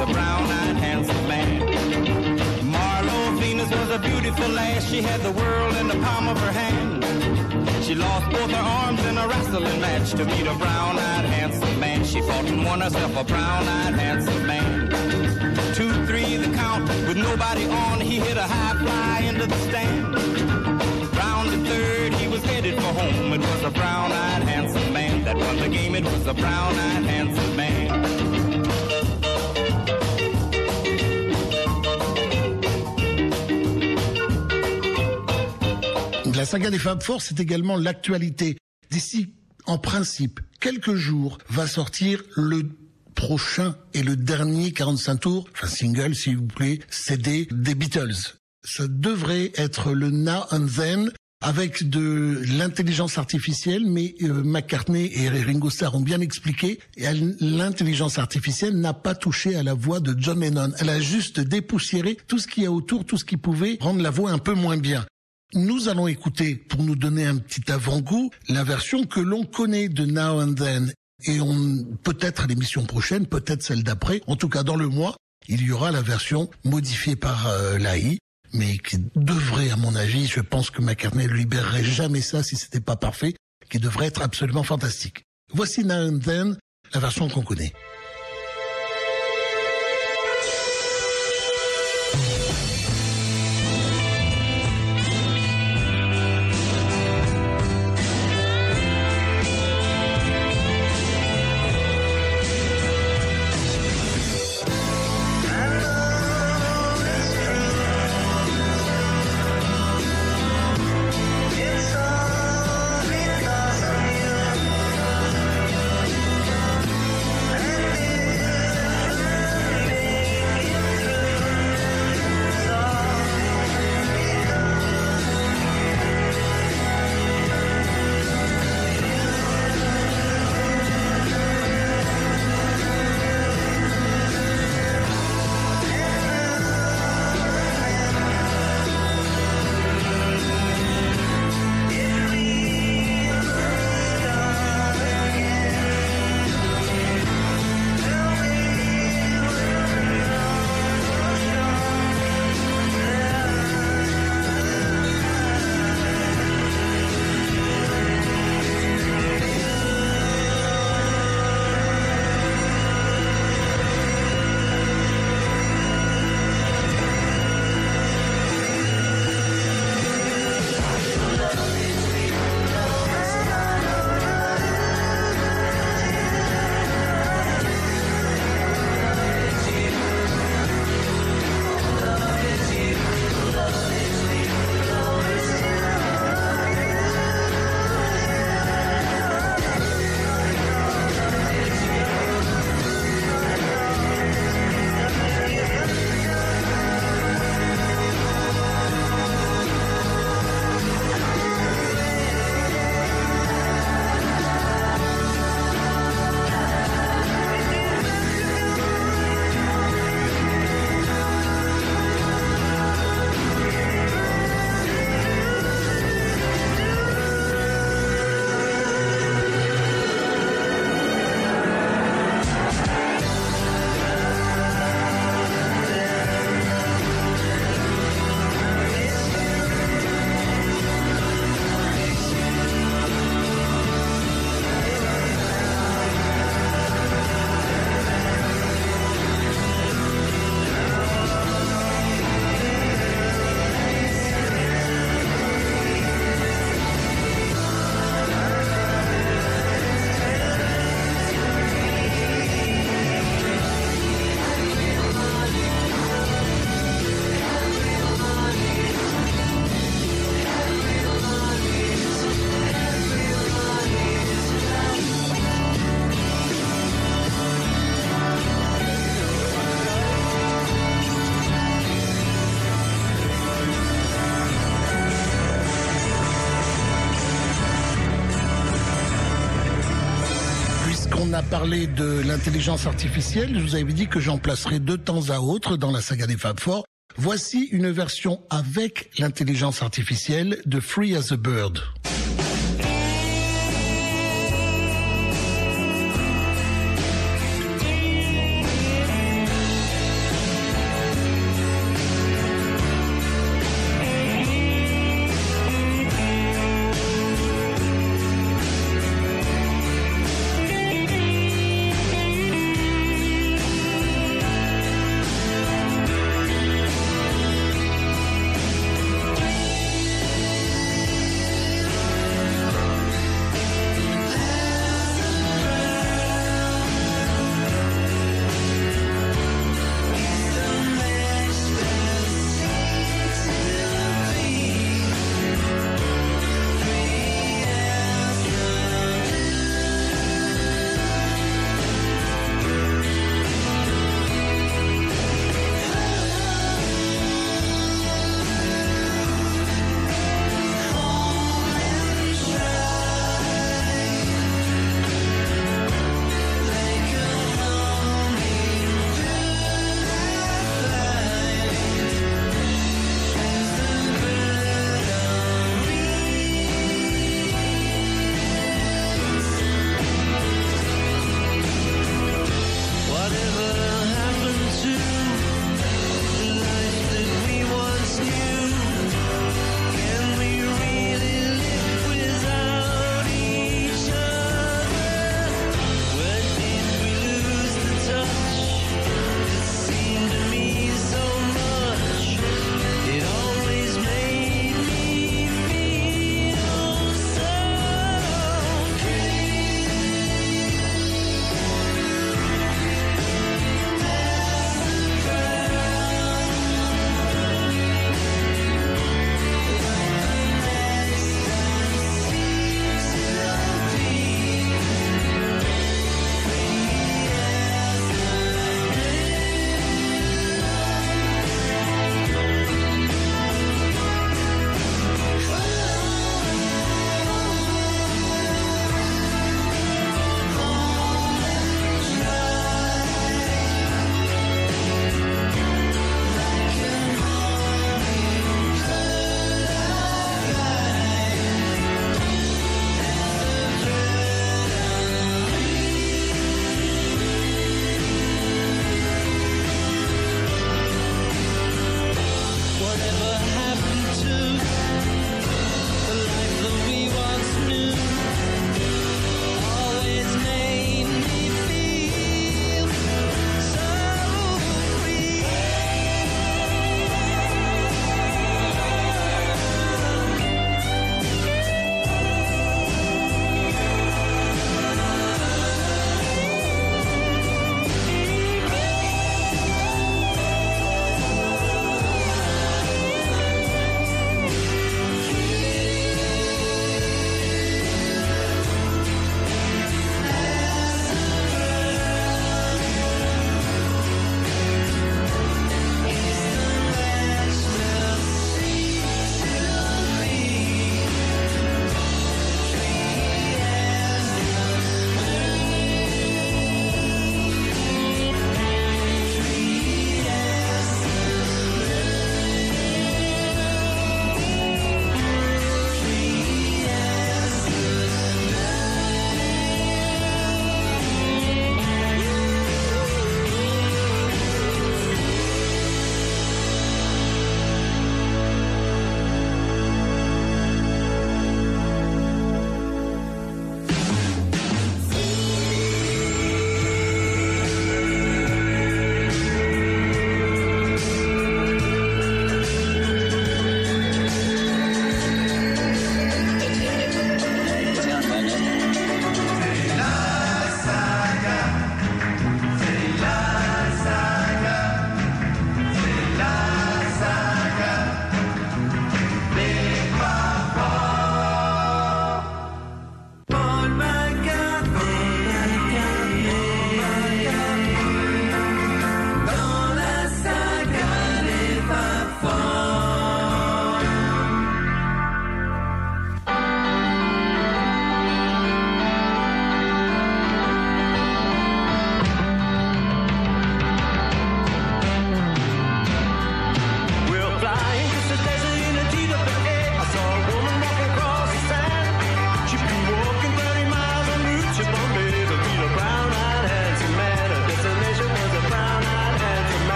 a brown-eyed, handsome man. Marlo Venus was a beautiful lass. She had the world in the palm of her hand. She lost both her arms in a wrestling match to meet a brown-eyed, handsome man. She fought and won herself a brown-eyed, handsome man. 2-3 the count with nobody on. He hit a high fly into the stand. Round the third, he was headed for home. It was a brown-eyed, handsome man that won the game. It was a brown-eyed, handsome man. La saga des Fab Four, c'est également l'actualité. D'ici, en principe, quelques jours, va sortir le prochain et le dernier 45 tours, enfin single s'il vous plaît, CD des Beatles. Ça devrait être le Now and Then avec de l'intelligence artificielle, mais McCartney et Ringo Starr ont bien expliqué, l'intelligence artificielle n'a pas touché à la voix de John Lennon. Elle a juste dépoussiéré tout ce qu'il y a autour, tout ce qui pouvait rendre la voix un peu moins bien. Nous allons écouter, pour nous donner un petit avant-goût, la version que l'on connaît de Now and Then. Et peut-être l'émission prochaine, peut-être celle d'après, en tout cas dans le mois, il y aura la version modifiée par l'AI, mais qui devrait, à mon avis, je pense que McCartney ne libérerait jamais ça si c'était pas parfait, qui devrait être absolument fantastique. Voici Now and Then, la version qu'on connaît. On a parlé de l'intelligence artificielle. Je vous avais dit que j'en placerai de temps à autre dans la saga des Fab Four. Voici une version avec l'intelligence artificielle de Free as a Bird.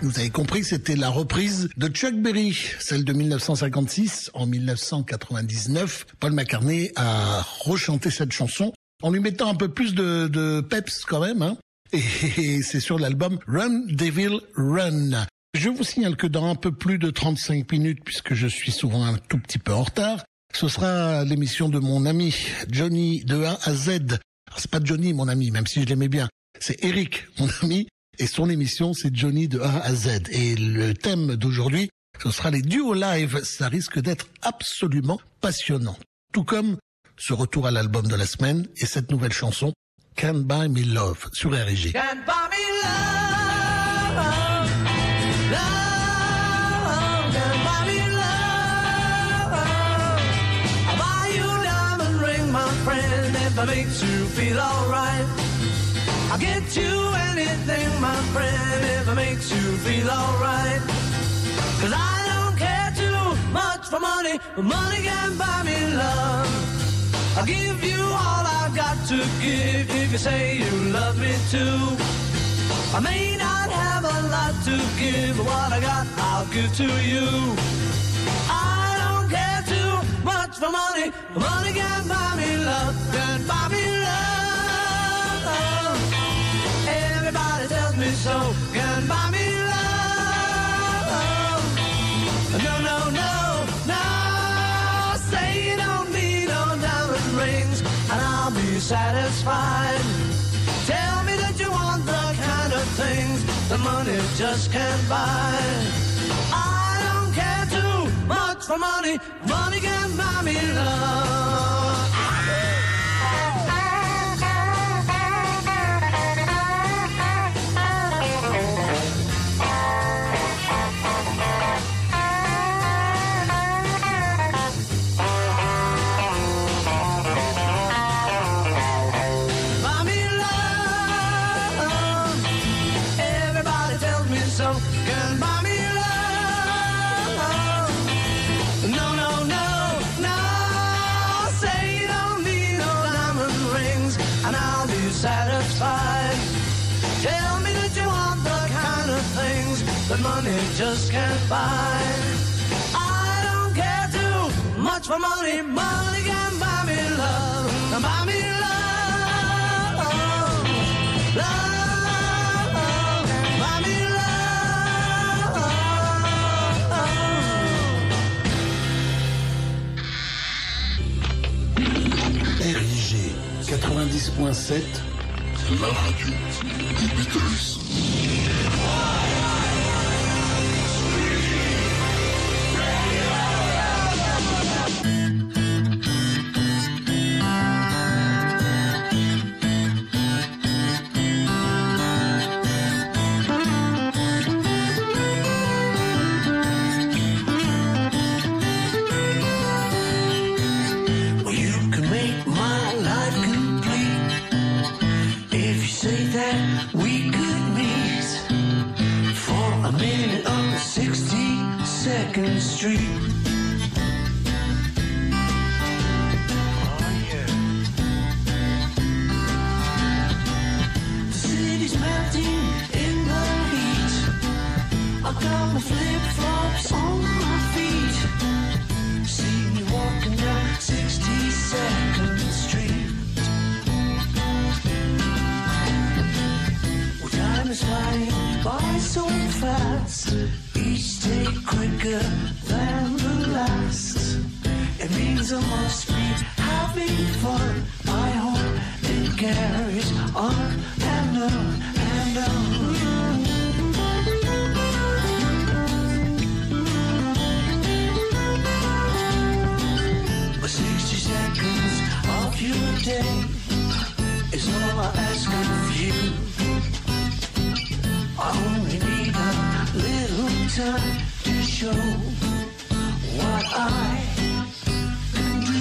Vous avez compris, c'était la reprise de Chuck Berry, celle de 1956. En 1999, Paul McCartney a rechanté cette chanson en lui mettant un peu plus de peps quand même, hein. Et c'est sur l'album Run Devil Run. Je vous signale que dans un peu plus de 35 minutes, puisque je suis souvent un tout petit peu en retard, ce sera l'émission de mon ami Johnny de A à Z. Alors, c'est pas Johnny mon ami, même si je l'aimais bien. C'est Eric mon ami, et son émission c'est Johnny de A à Z. Et le thème d'aujourd'hui, ce sera les duos live. Ça risque d'être absolument passionnant. Tout comme ce retour à l'album de la semaine et cette nouvelle chanson Can't Buy Me Love sur RG. Can't buy me love, love, can't buy me love. I'll buy you a diamond ring, my friend, if it makes you feel alright. I'll get you anything, my friend, if it makes you feel alright. 'Cause I don't care too much for money, but money can't buy me love. I'll give you all I've got to give if you say you love me too. I may not have a lot to give, but what I got I'll give to you. I don't care too much for money, but money can't buy me love, can't buy me love. Everybody tells me so, can't buy me love. No, no, no, no. Say you don't need no diamond rings and I'll be satisfied. Tell me that you want the kind of things the money just can't buy. I don't care too much for money, money can't buy me love. Satisfied. Tell me that you want the kind of things that money just can't buy. I don't care too much for money, money can buy me love, buy me love, love, buy me love. RIG 90.7, la radio des Beatles. Street. Oh yeah. The city's melting in the heat. I've got my flip-flops on my feet. See me walking down 62nd Street. Well, time is flying by so fast. Each day quicker than the last. It means I must be having fun. I hope it carries on and on and on. But 60 seconds of your day is all I ask of you. I only need a little time to show what I can do.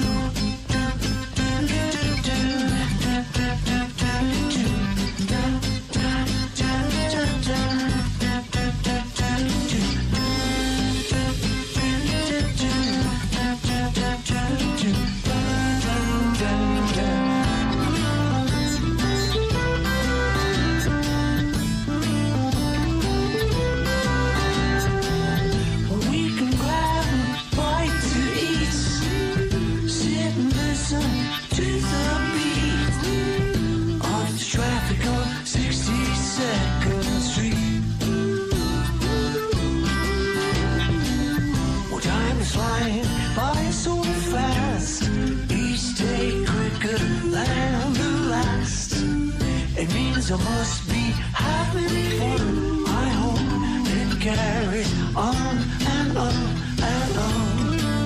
So must be having fun, I hope, and carry on and on and on.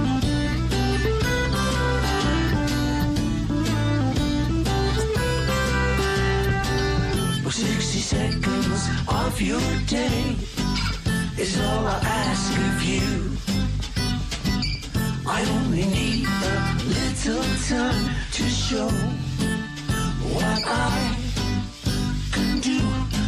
For 60 seconds of your day is all I ask of you. I only need a little time to show what I can do.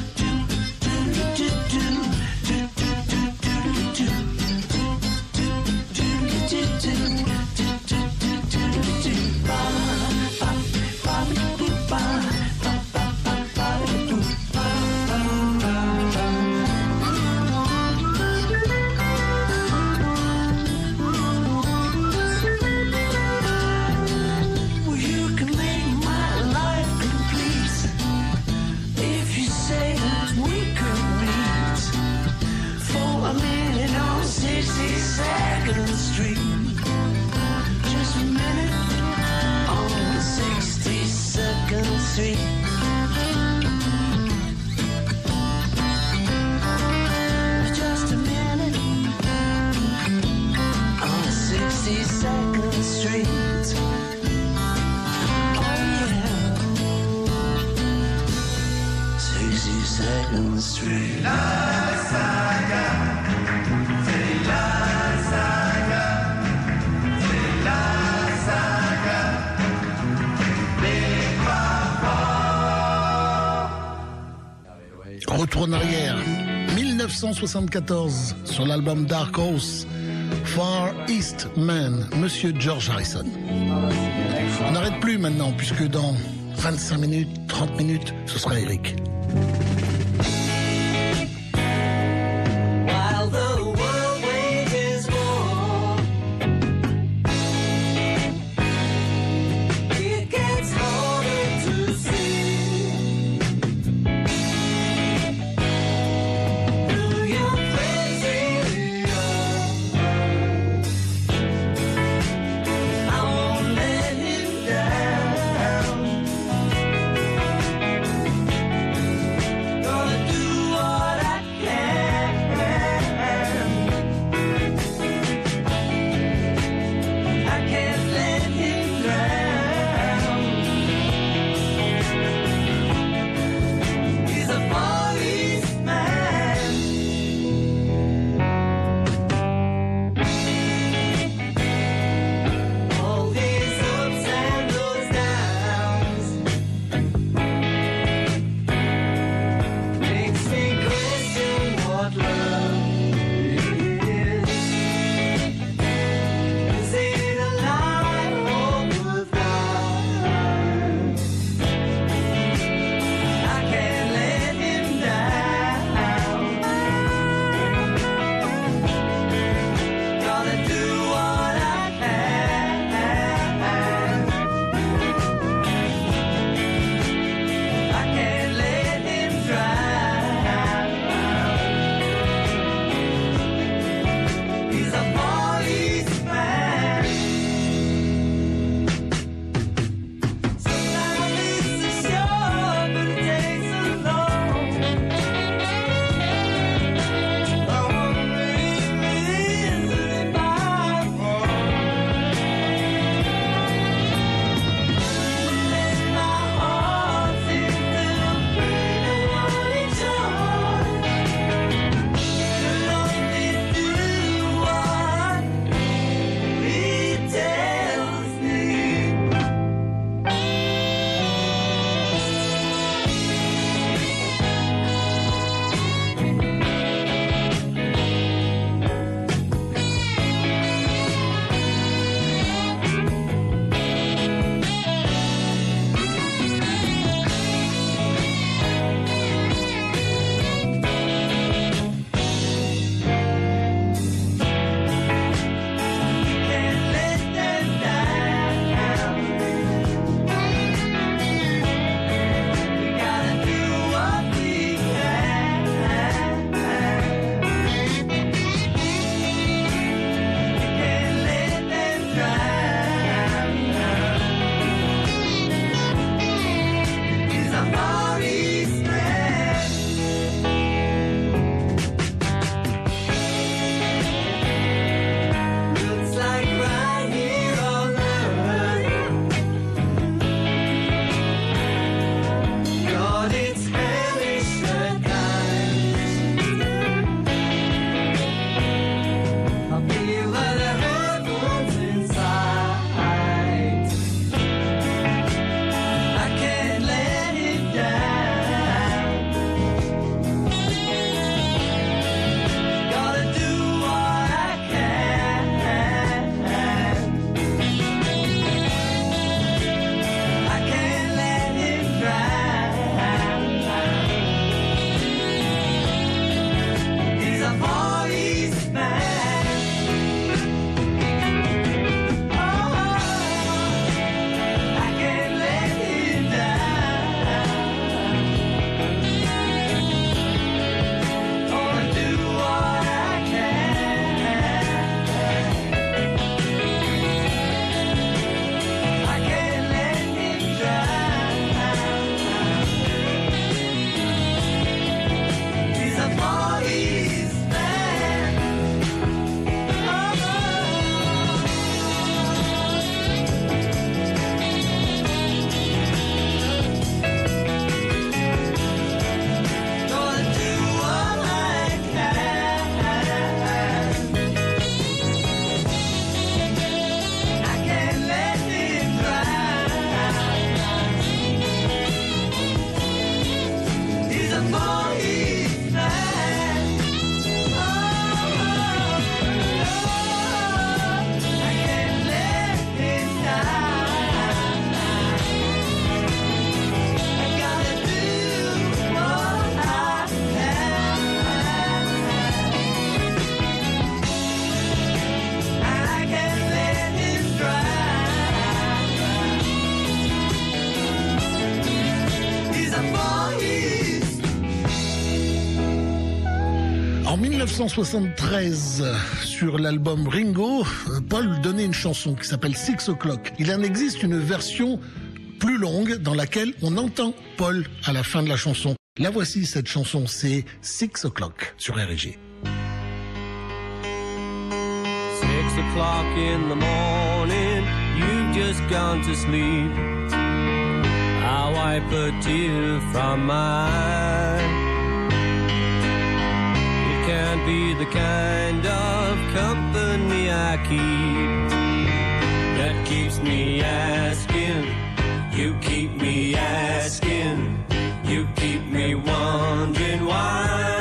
Retour en arrière, 1974, sur l'album Dark Horse, Far East Man, Monsieur George Harrison. On n'arrête plus maintenant, puisque dans 25 minutes, 30 minutes, ce sera Eric. En 1973, sur l'album Ringo, Paul donnait une chanson qui s'appelle 6 O'Clock. Il en existe une version plus longue dans laquelle on entend Paul à la fin de la chanson. La voici, cette chanson, c'est 6 O'Clock sur RG. 6 o'clock in the morning, you've just gone to sleep. I wipe a tear from my eye. It can't be the kind of company I keep that keeps me asking. You keep me asking. You keep me wondering why.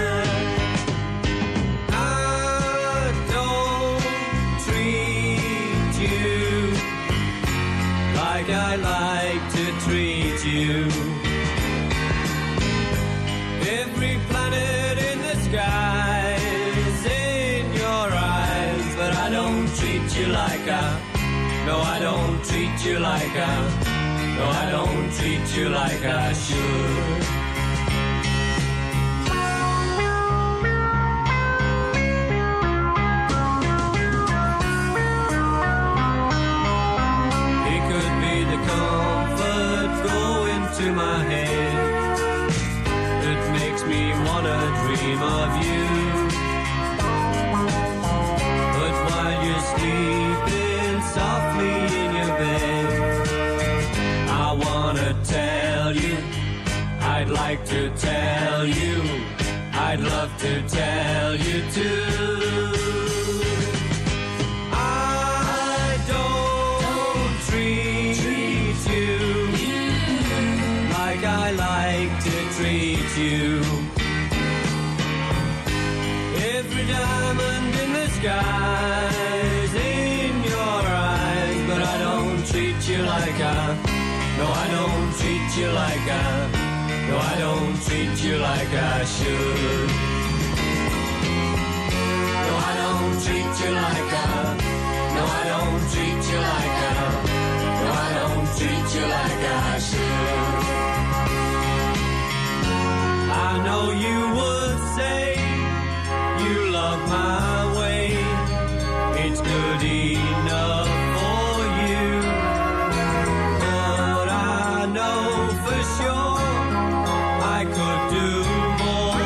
I like to treat you. Every planet in the sky is in your eyes, but I don't treat you like no, I don't treat you like no, I don't treat you like I should. To my head, it makes me wanna dream of you. But while you're sleeping softly in your bed, I wanna tell you, I'd like to tell you, I'd love to tell you too. I don't treat you like I like to treat you. Every diamond in the sky is in your eyes, but I don't treat you like no, I don't treat you like no, I don't treat you like I should. No, I don't treat you like no, I don't treat you like no, I don't treat you like I should. I know you would say you love my way. It's good enough for you. But I know for sure I could do more.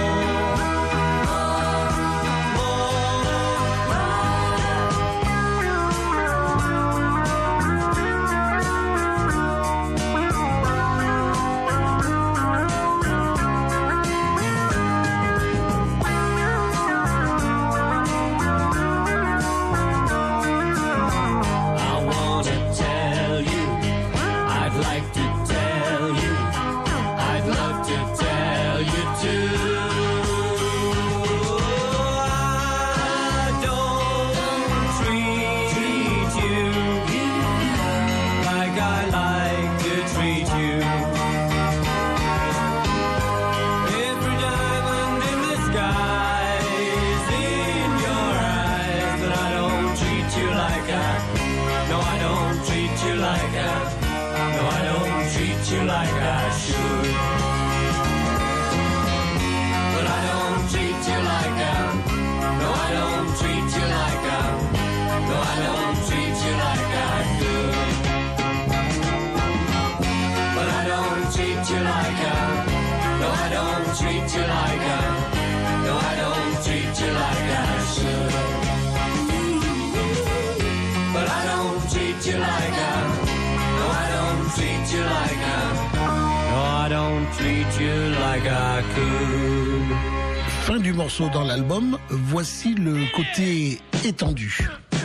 Fin du morceau dans l'album, voici le côté étendu.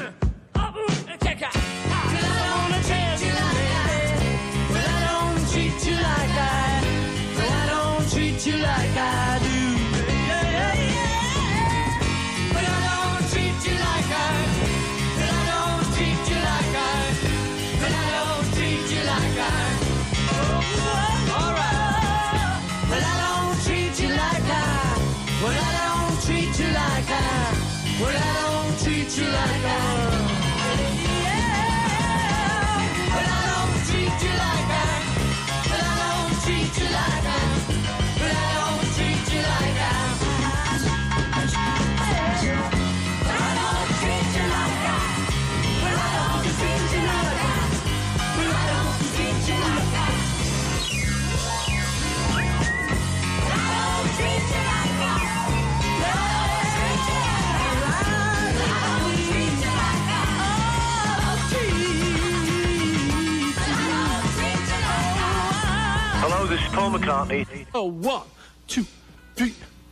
Well, I don't treat you like that. Yeah. Well, I don't treat you like that. Well, I don't treat you like that. Well, I don't treat you like that. Paul McCartney. Oh, 1, 2, 3.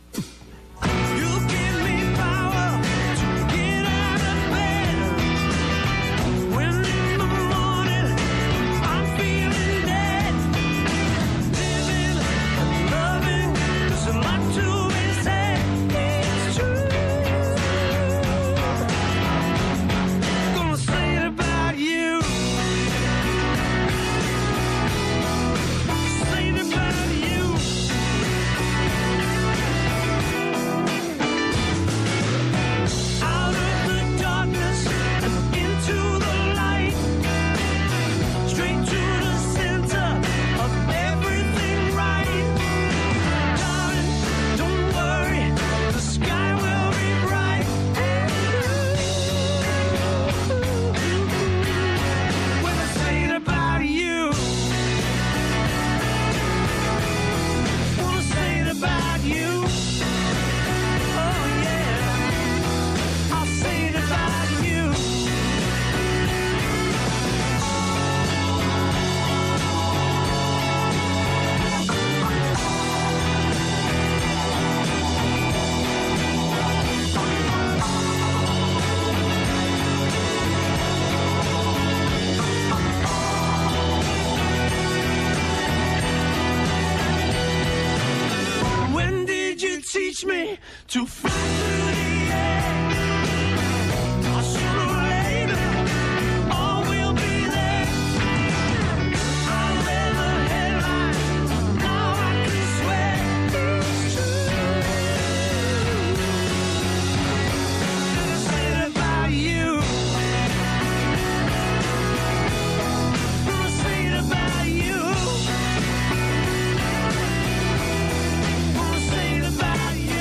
Teach me to fly through the air. Sooner or later, all will be there. I read the headlines, now I can swear it's true. Gonna say it about you. Gonna say it about you. Gonna say it about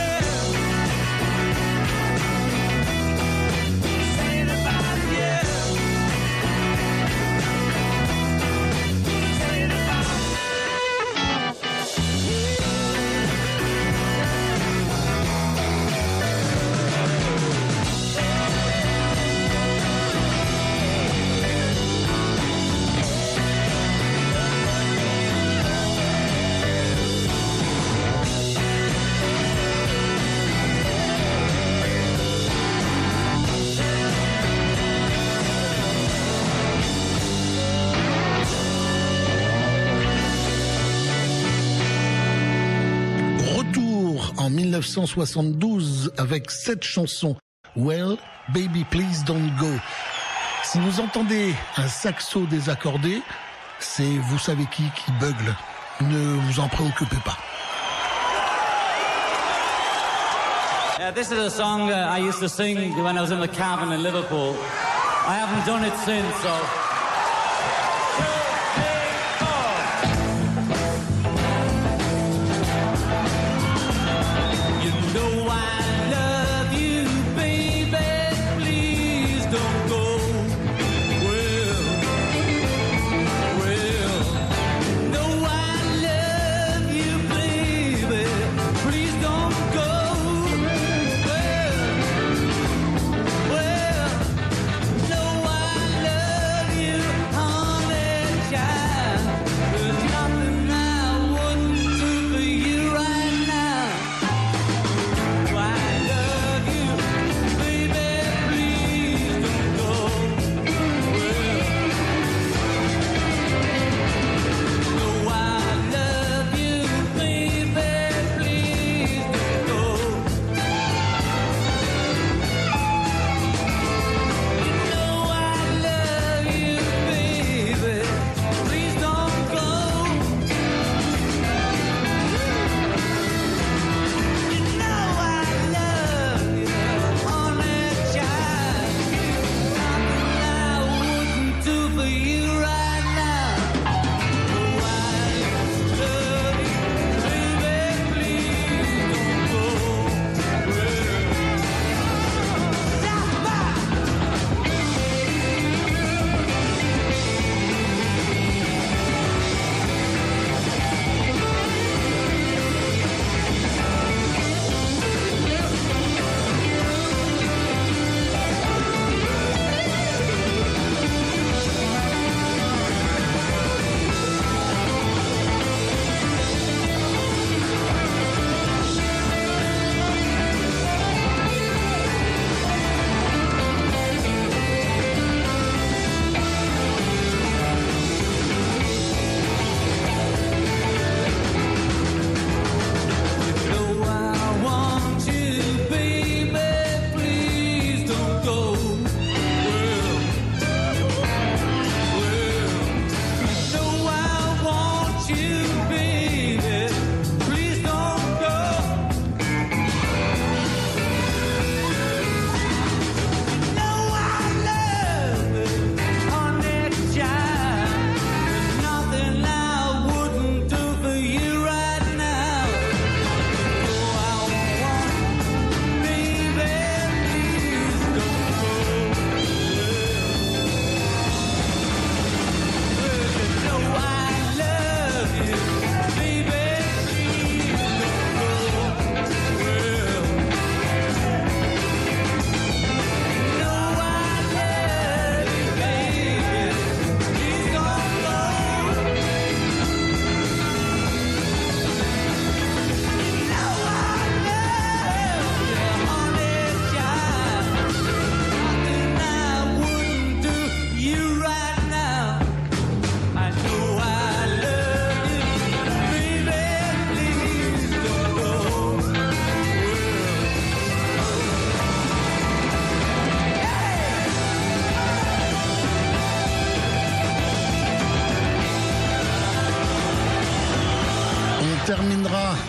en 1972 avec cette chanson Well, Baby Please Don't Go. Si vous entendez un saxo désaccordé, c'est vous savez qui bugle. Ne vous en préoccupez pas. This is a song I used to sing when I was in the cabin in Liverpool. I haven't done it since, so... Well, no, I love you.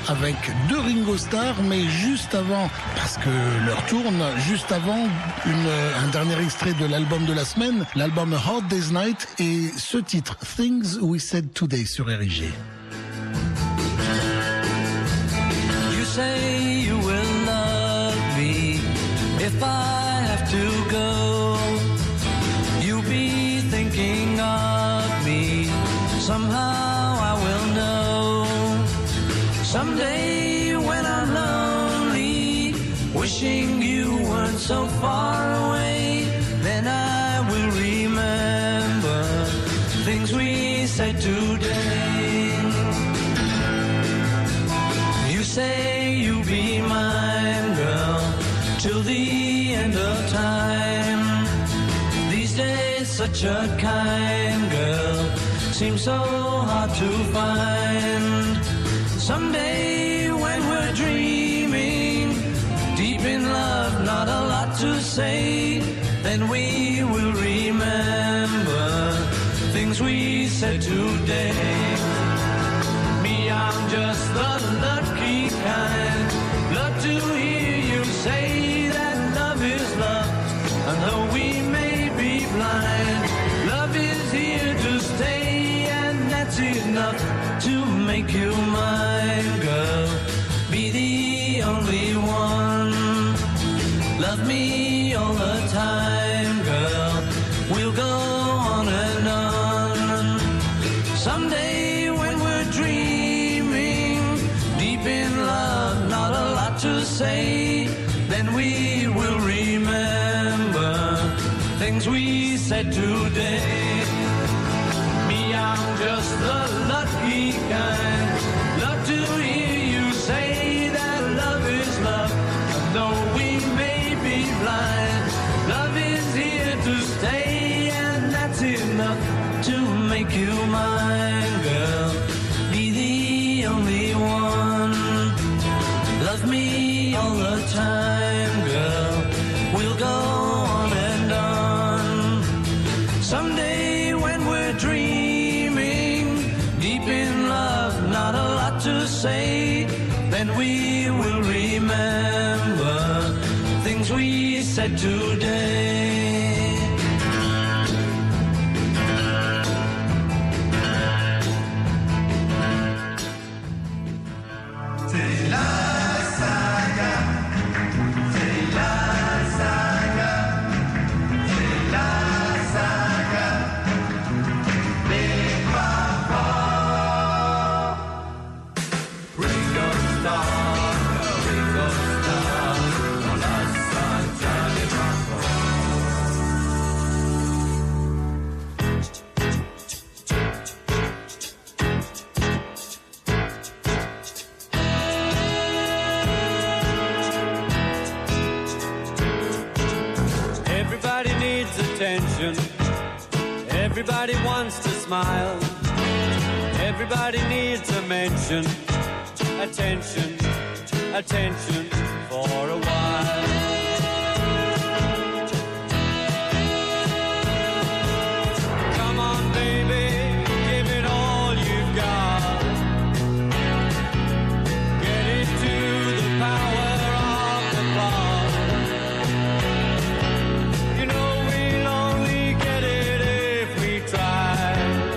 avec deux Ringo Starr, mais juste avant, parce que l'heure tourne, juste avant un dernier extrait de l'album de la semaine, l'album A Hard Day's Night, et ce titre, Things We Said Today sur RIG. You say you will love me if I have to go. You'll be thinking of me. Somehow I will know. Someday when I'm lonely, wishing you weren't so far away, then I will remember things we said today. You say you'll be mine, girl, till the end of time. These days such a kind girl seems so hard to find. Someday when we're dreaming, deep in love, not a lot to say, then we will remember things we said today. Me, I'm just the lucky kind. Love to hear you say that love is love, and though we may be blind, love is here to stay, and that's enough to make you mine, girl. Be the only one. Love me all the time, girl. We'll go on and on. Someday when we're dreaming, deep in love, not a lot to say, then we will remember things we said today. Me, I'm just the lucky kind. Love to hear you say that love is love, and though we may be blind, love is here to stay, and that's enough to make you mine, girl. Be the only one. Love me all the time, girl. We'll go on and on. Someday when we're dreaming, deep in love, not a lot to say, then we will remember things we said today. C'est la saga, c'est la saga, c'est la saga des papas. Ringo Starr dans la saga des papas. Everybody needs attention. Everybody wants to smile. Everybody needs a mention. Attention, attention for a while. Come on, baby, give it all you've got. Get into the power of the clock. You know we'll only get it if we try.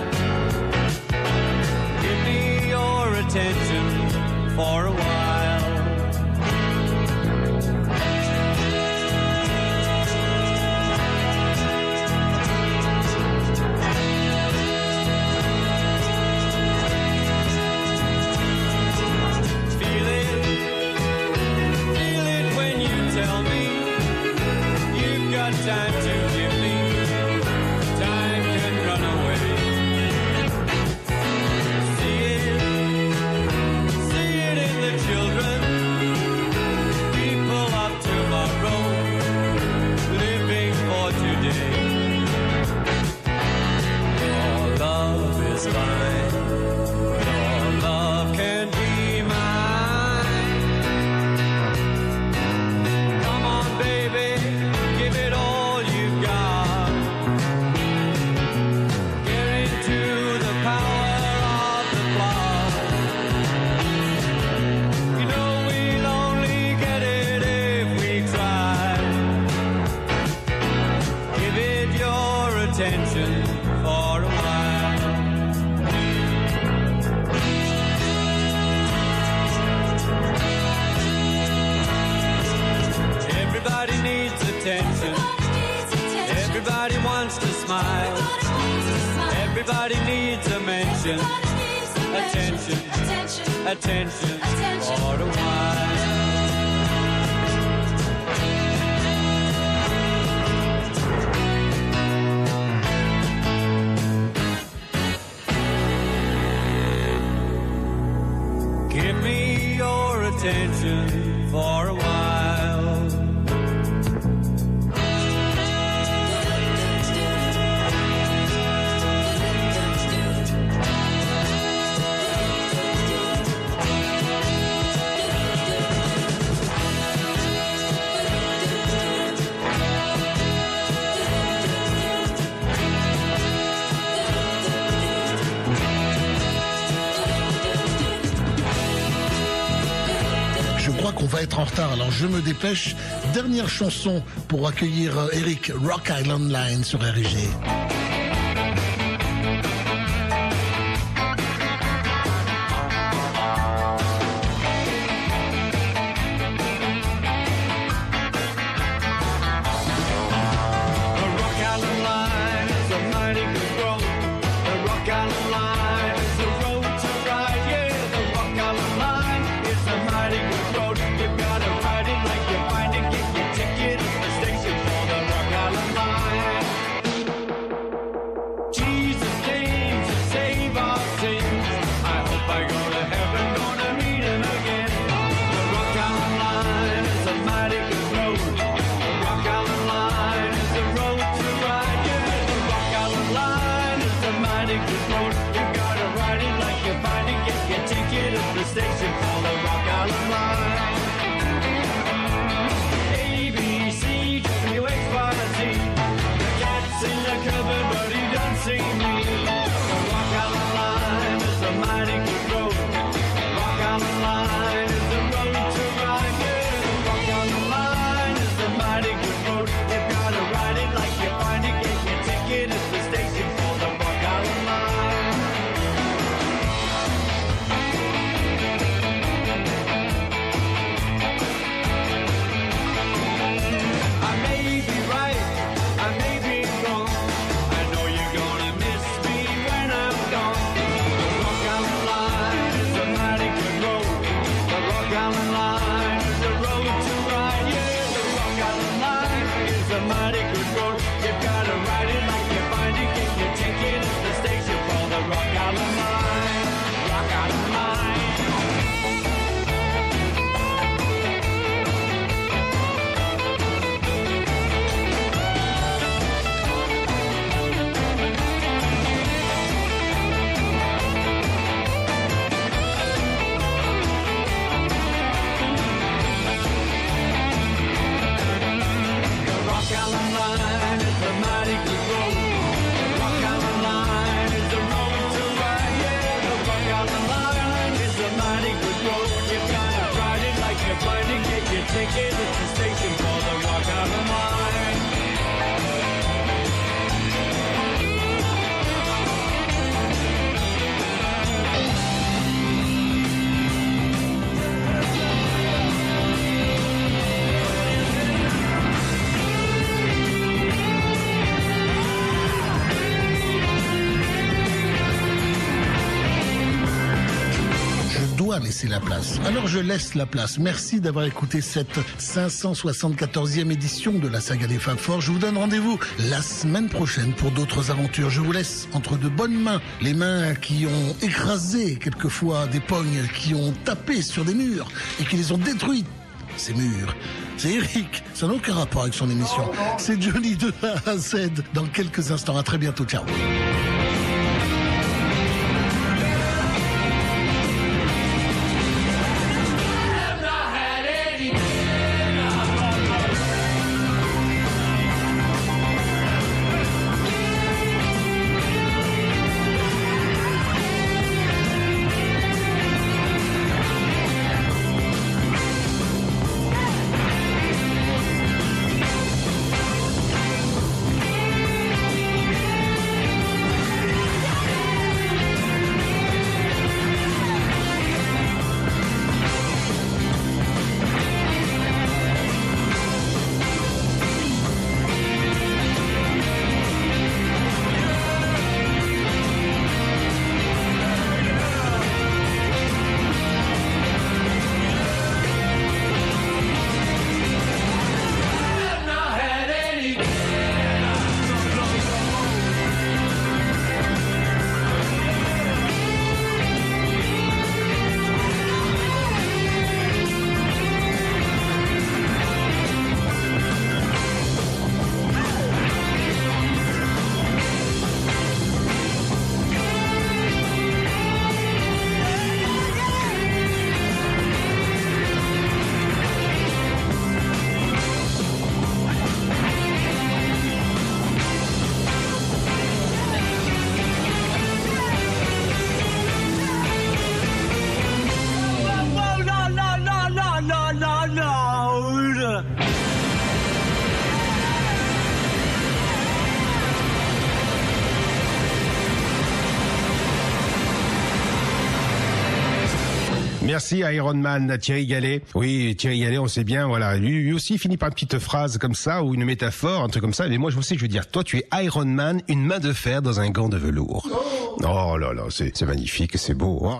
Give me your attention for a while. attention. Everybody wants to smile. Everybody needs a mention. Attention, attention, for a while. Give me your attention for a while. Je crois qu'on va être en retard, alors je me dépêche. Dernière chanson pour accueillir Eric, Rock Island Line sur RG. Laisser la place. Alors je laisse la place. Merci d'avoir écouté cette 574e édition de la saga des Fab Four. Je vous donne rendez-vous la semaine prochaine pour d'autres aventures. Je vous laisse entre de bonnes mains, les mains qui ont écrasé quelquefois des pognes, qui ont tapé sur des murs et qui les ont détruits. Ces murs. C'est Eric, ça n'a aucun rapport avec son émission. C'est Johnny de A à Z dans quelques instants. À très bientôt. Ciao. Merci Iron Man, Thierry Gallet. Oui, Thierry Gallet, on sait bien, voilà. Lui aussi finit par une petite phrase comme ça, ou une métaphore, un truc comme ça. Mais moi, je sais, je veux dire, toi, tu es Iron Man, une main de fer dans un gant de velours. Oh là là, c'est magnifique, c'est beau. Hein.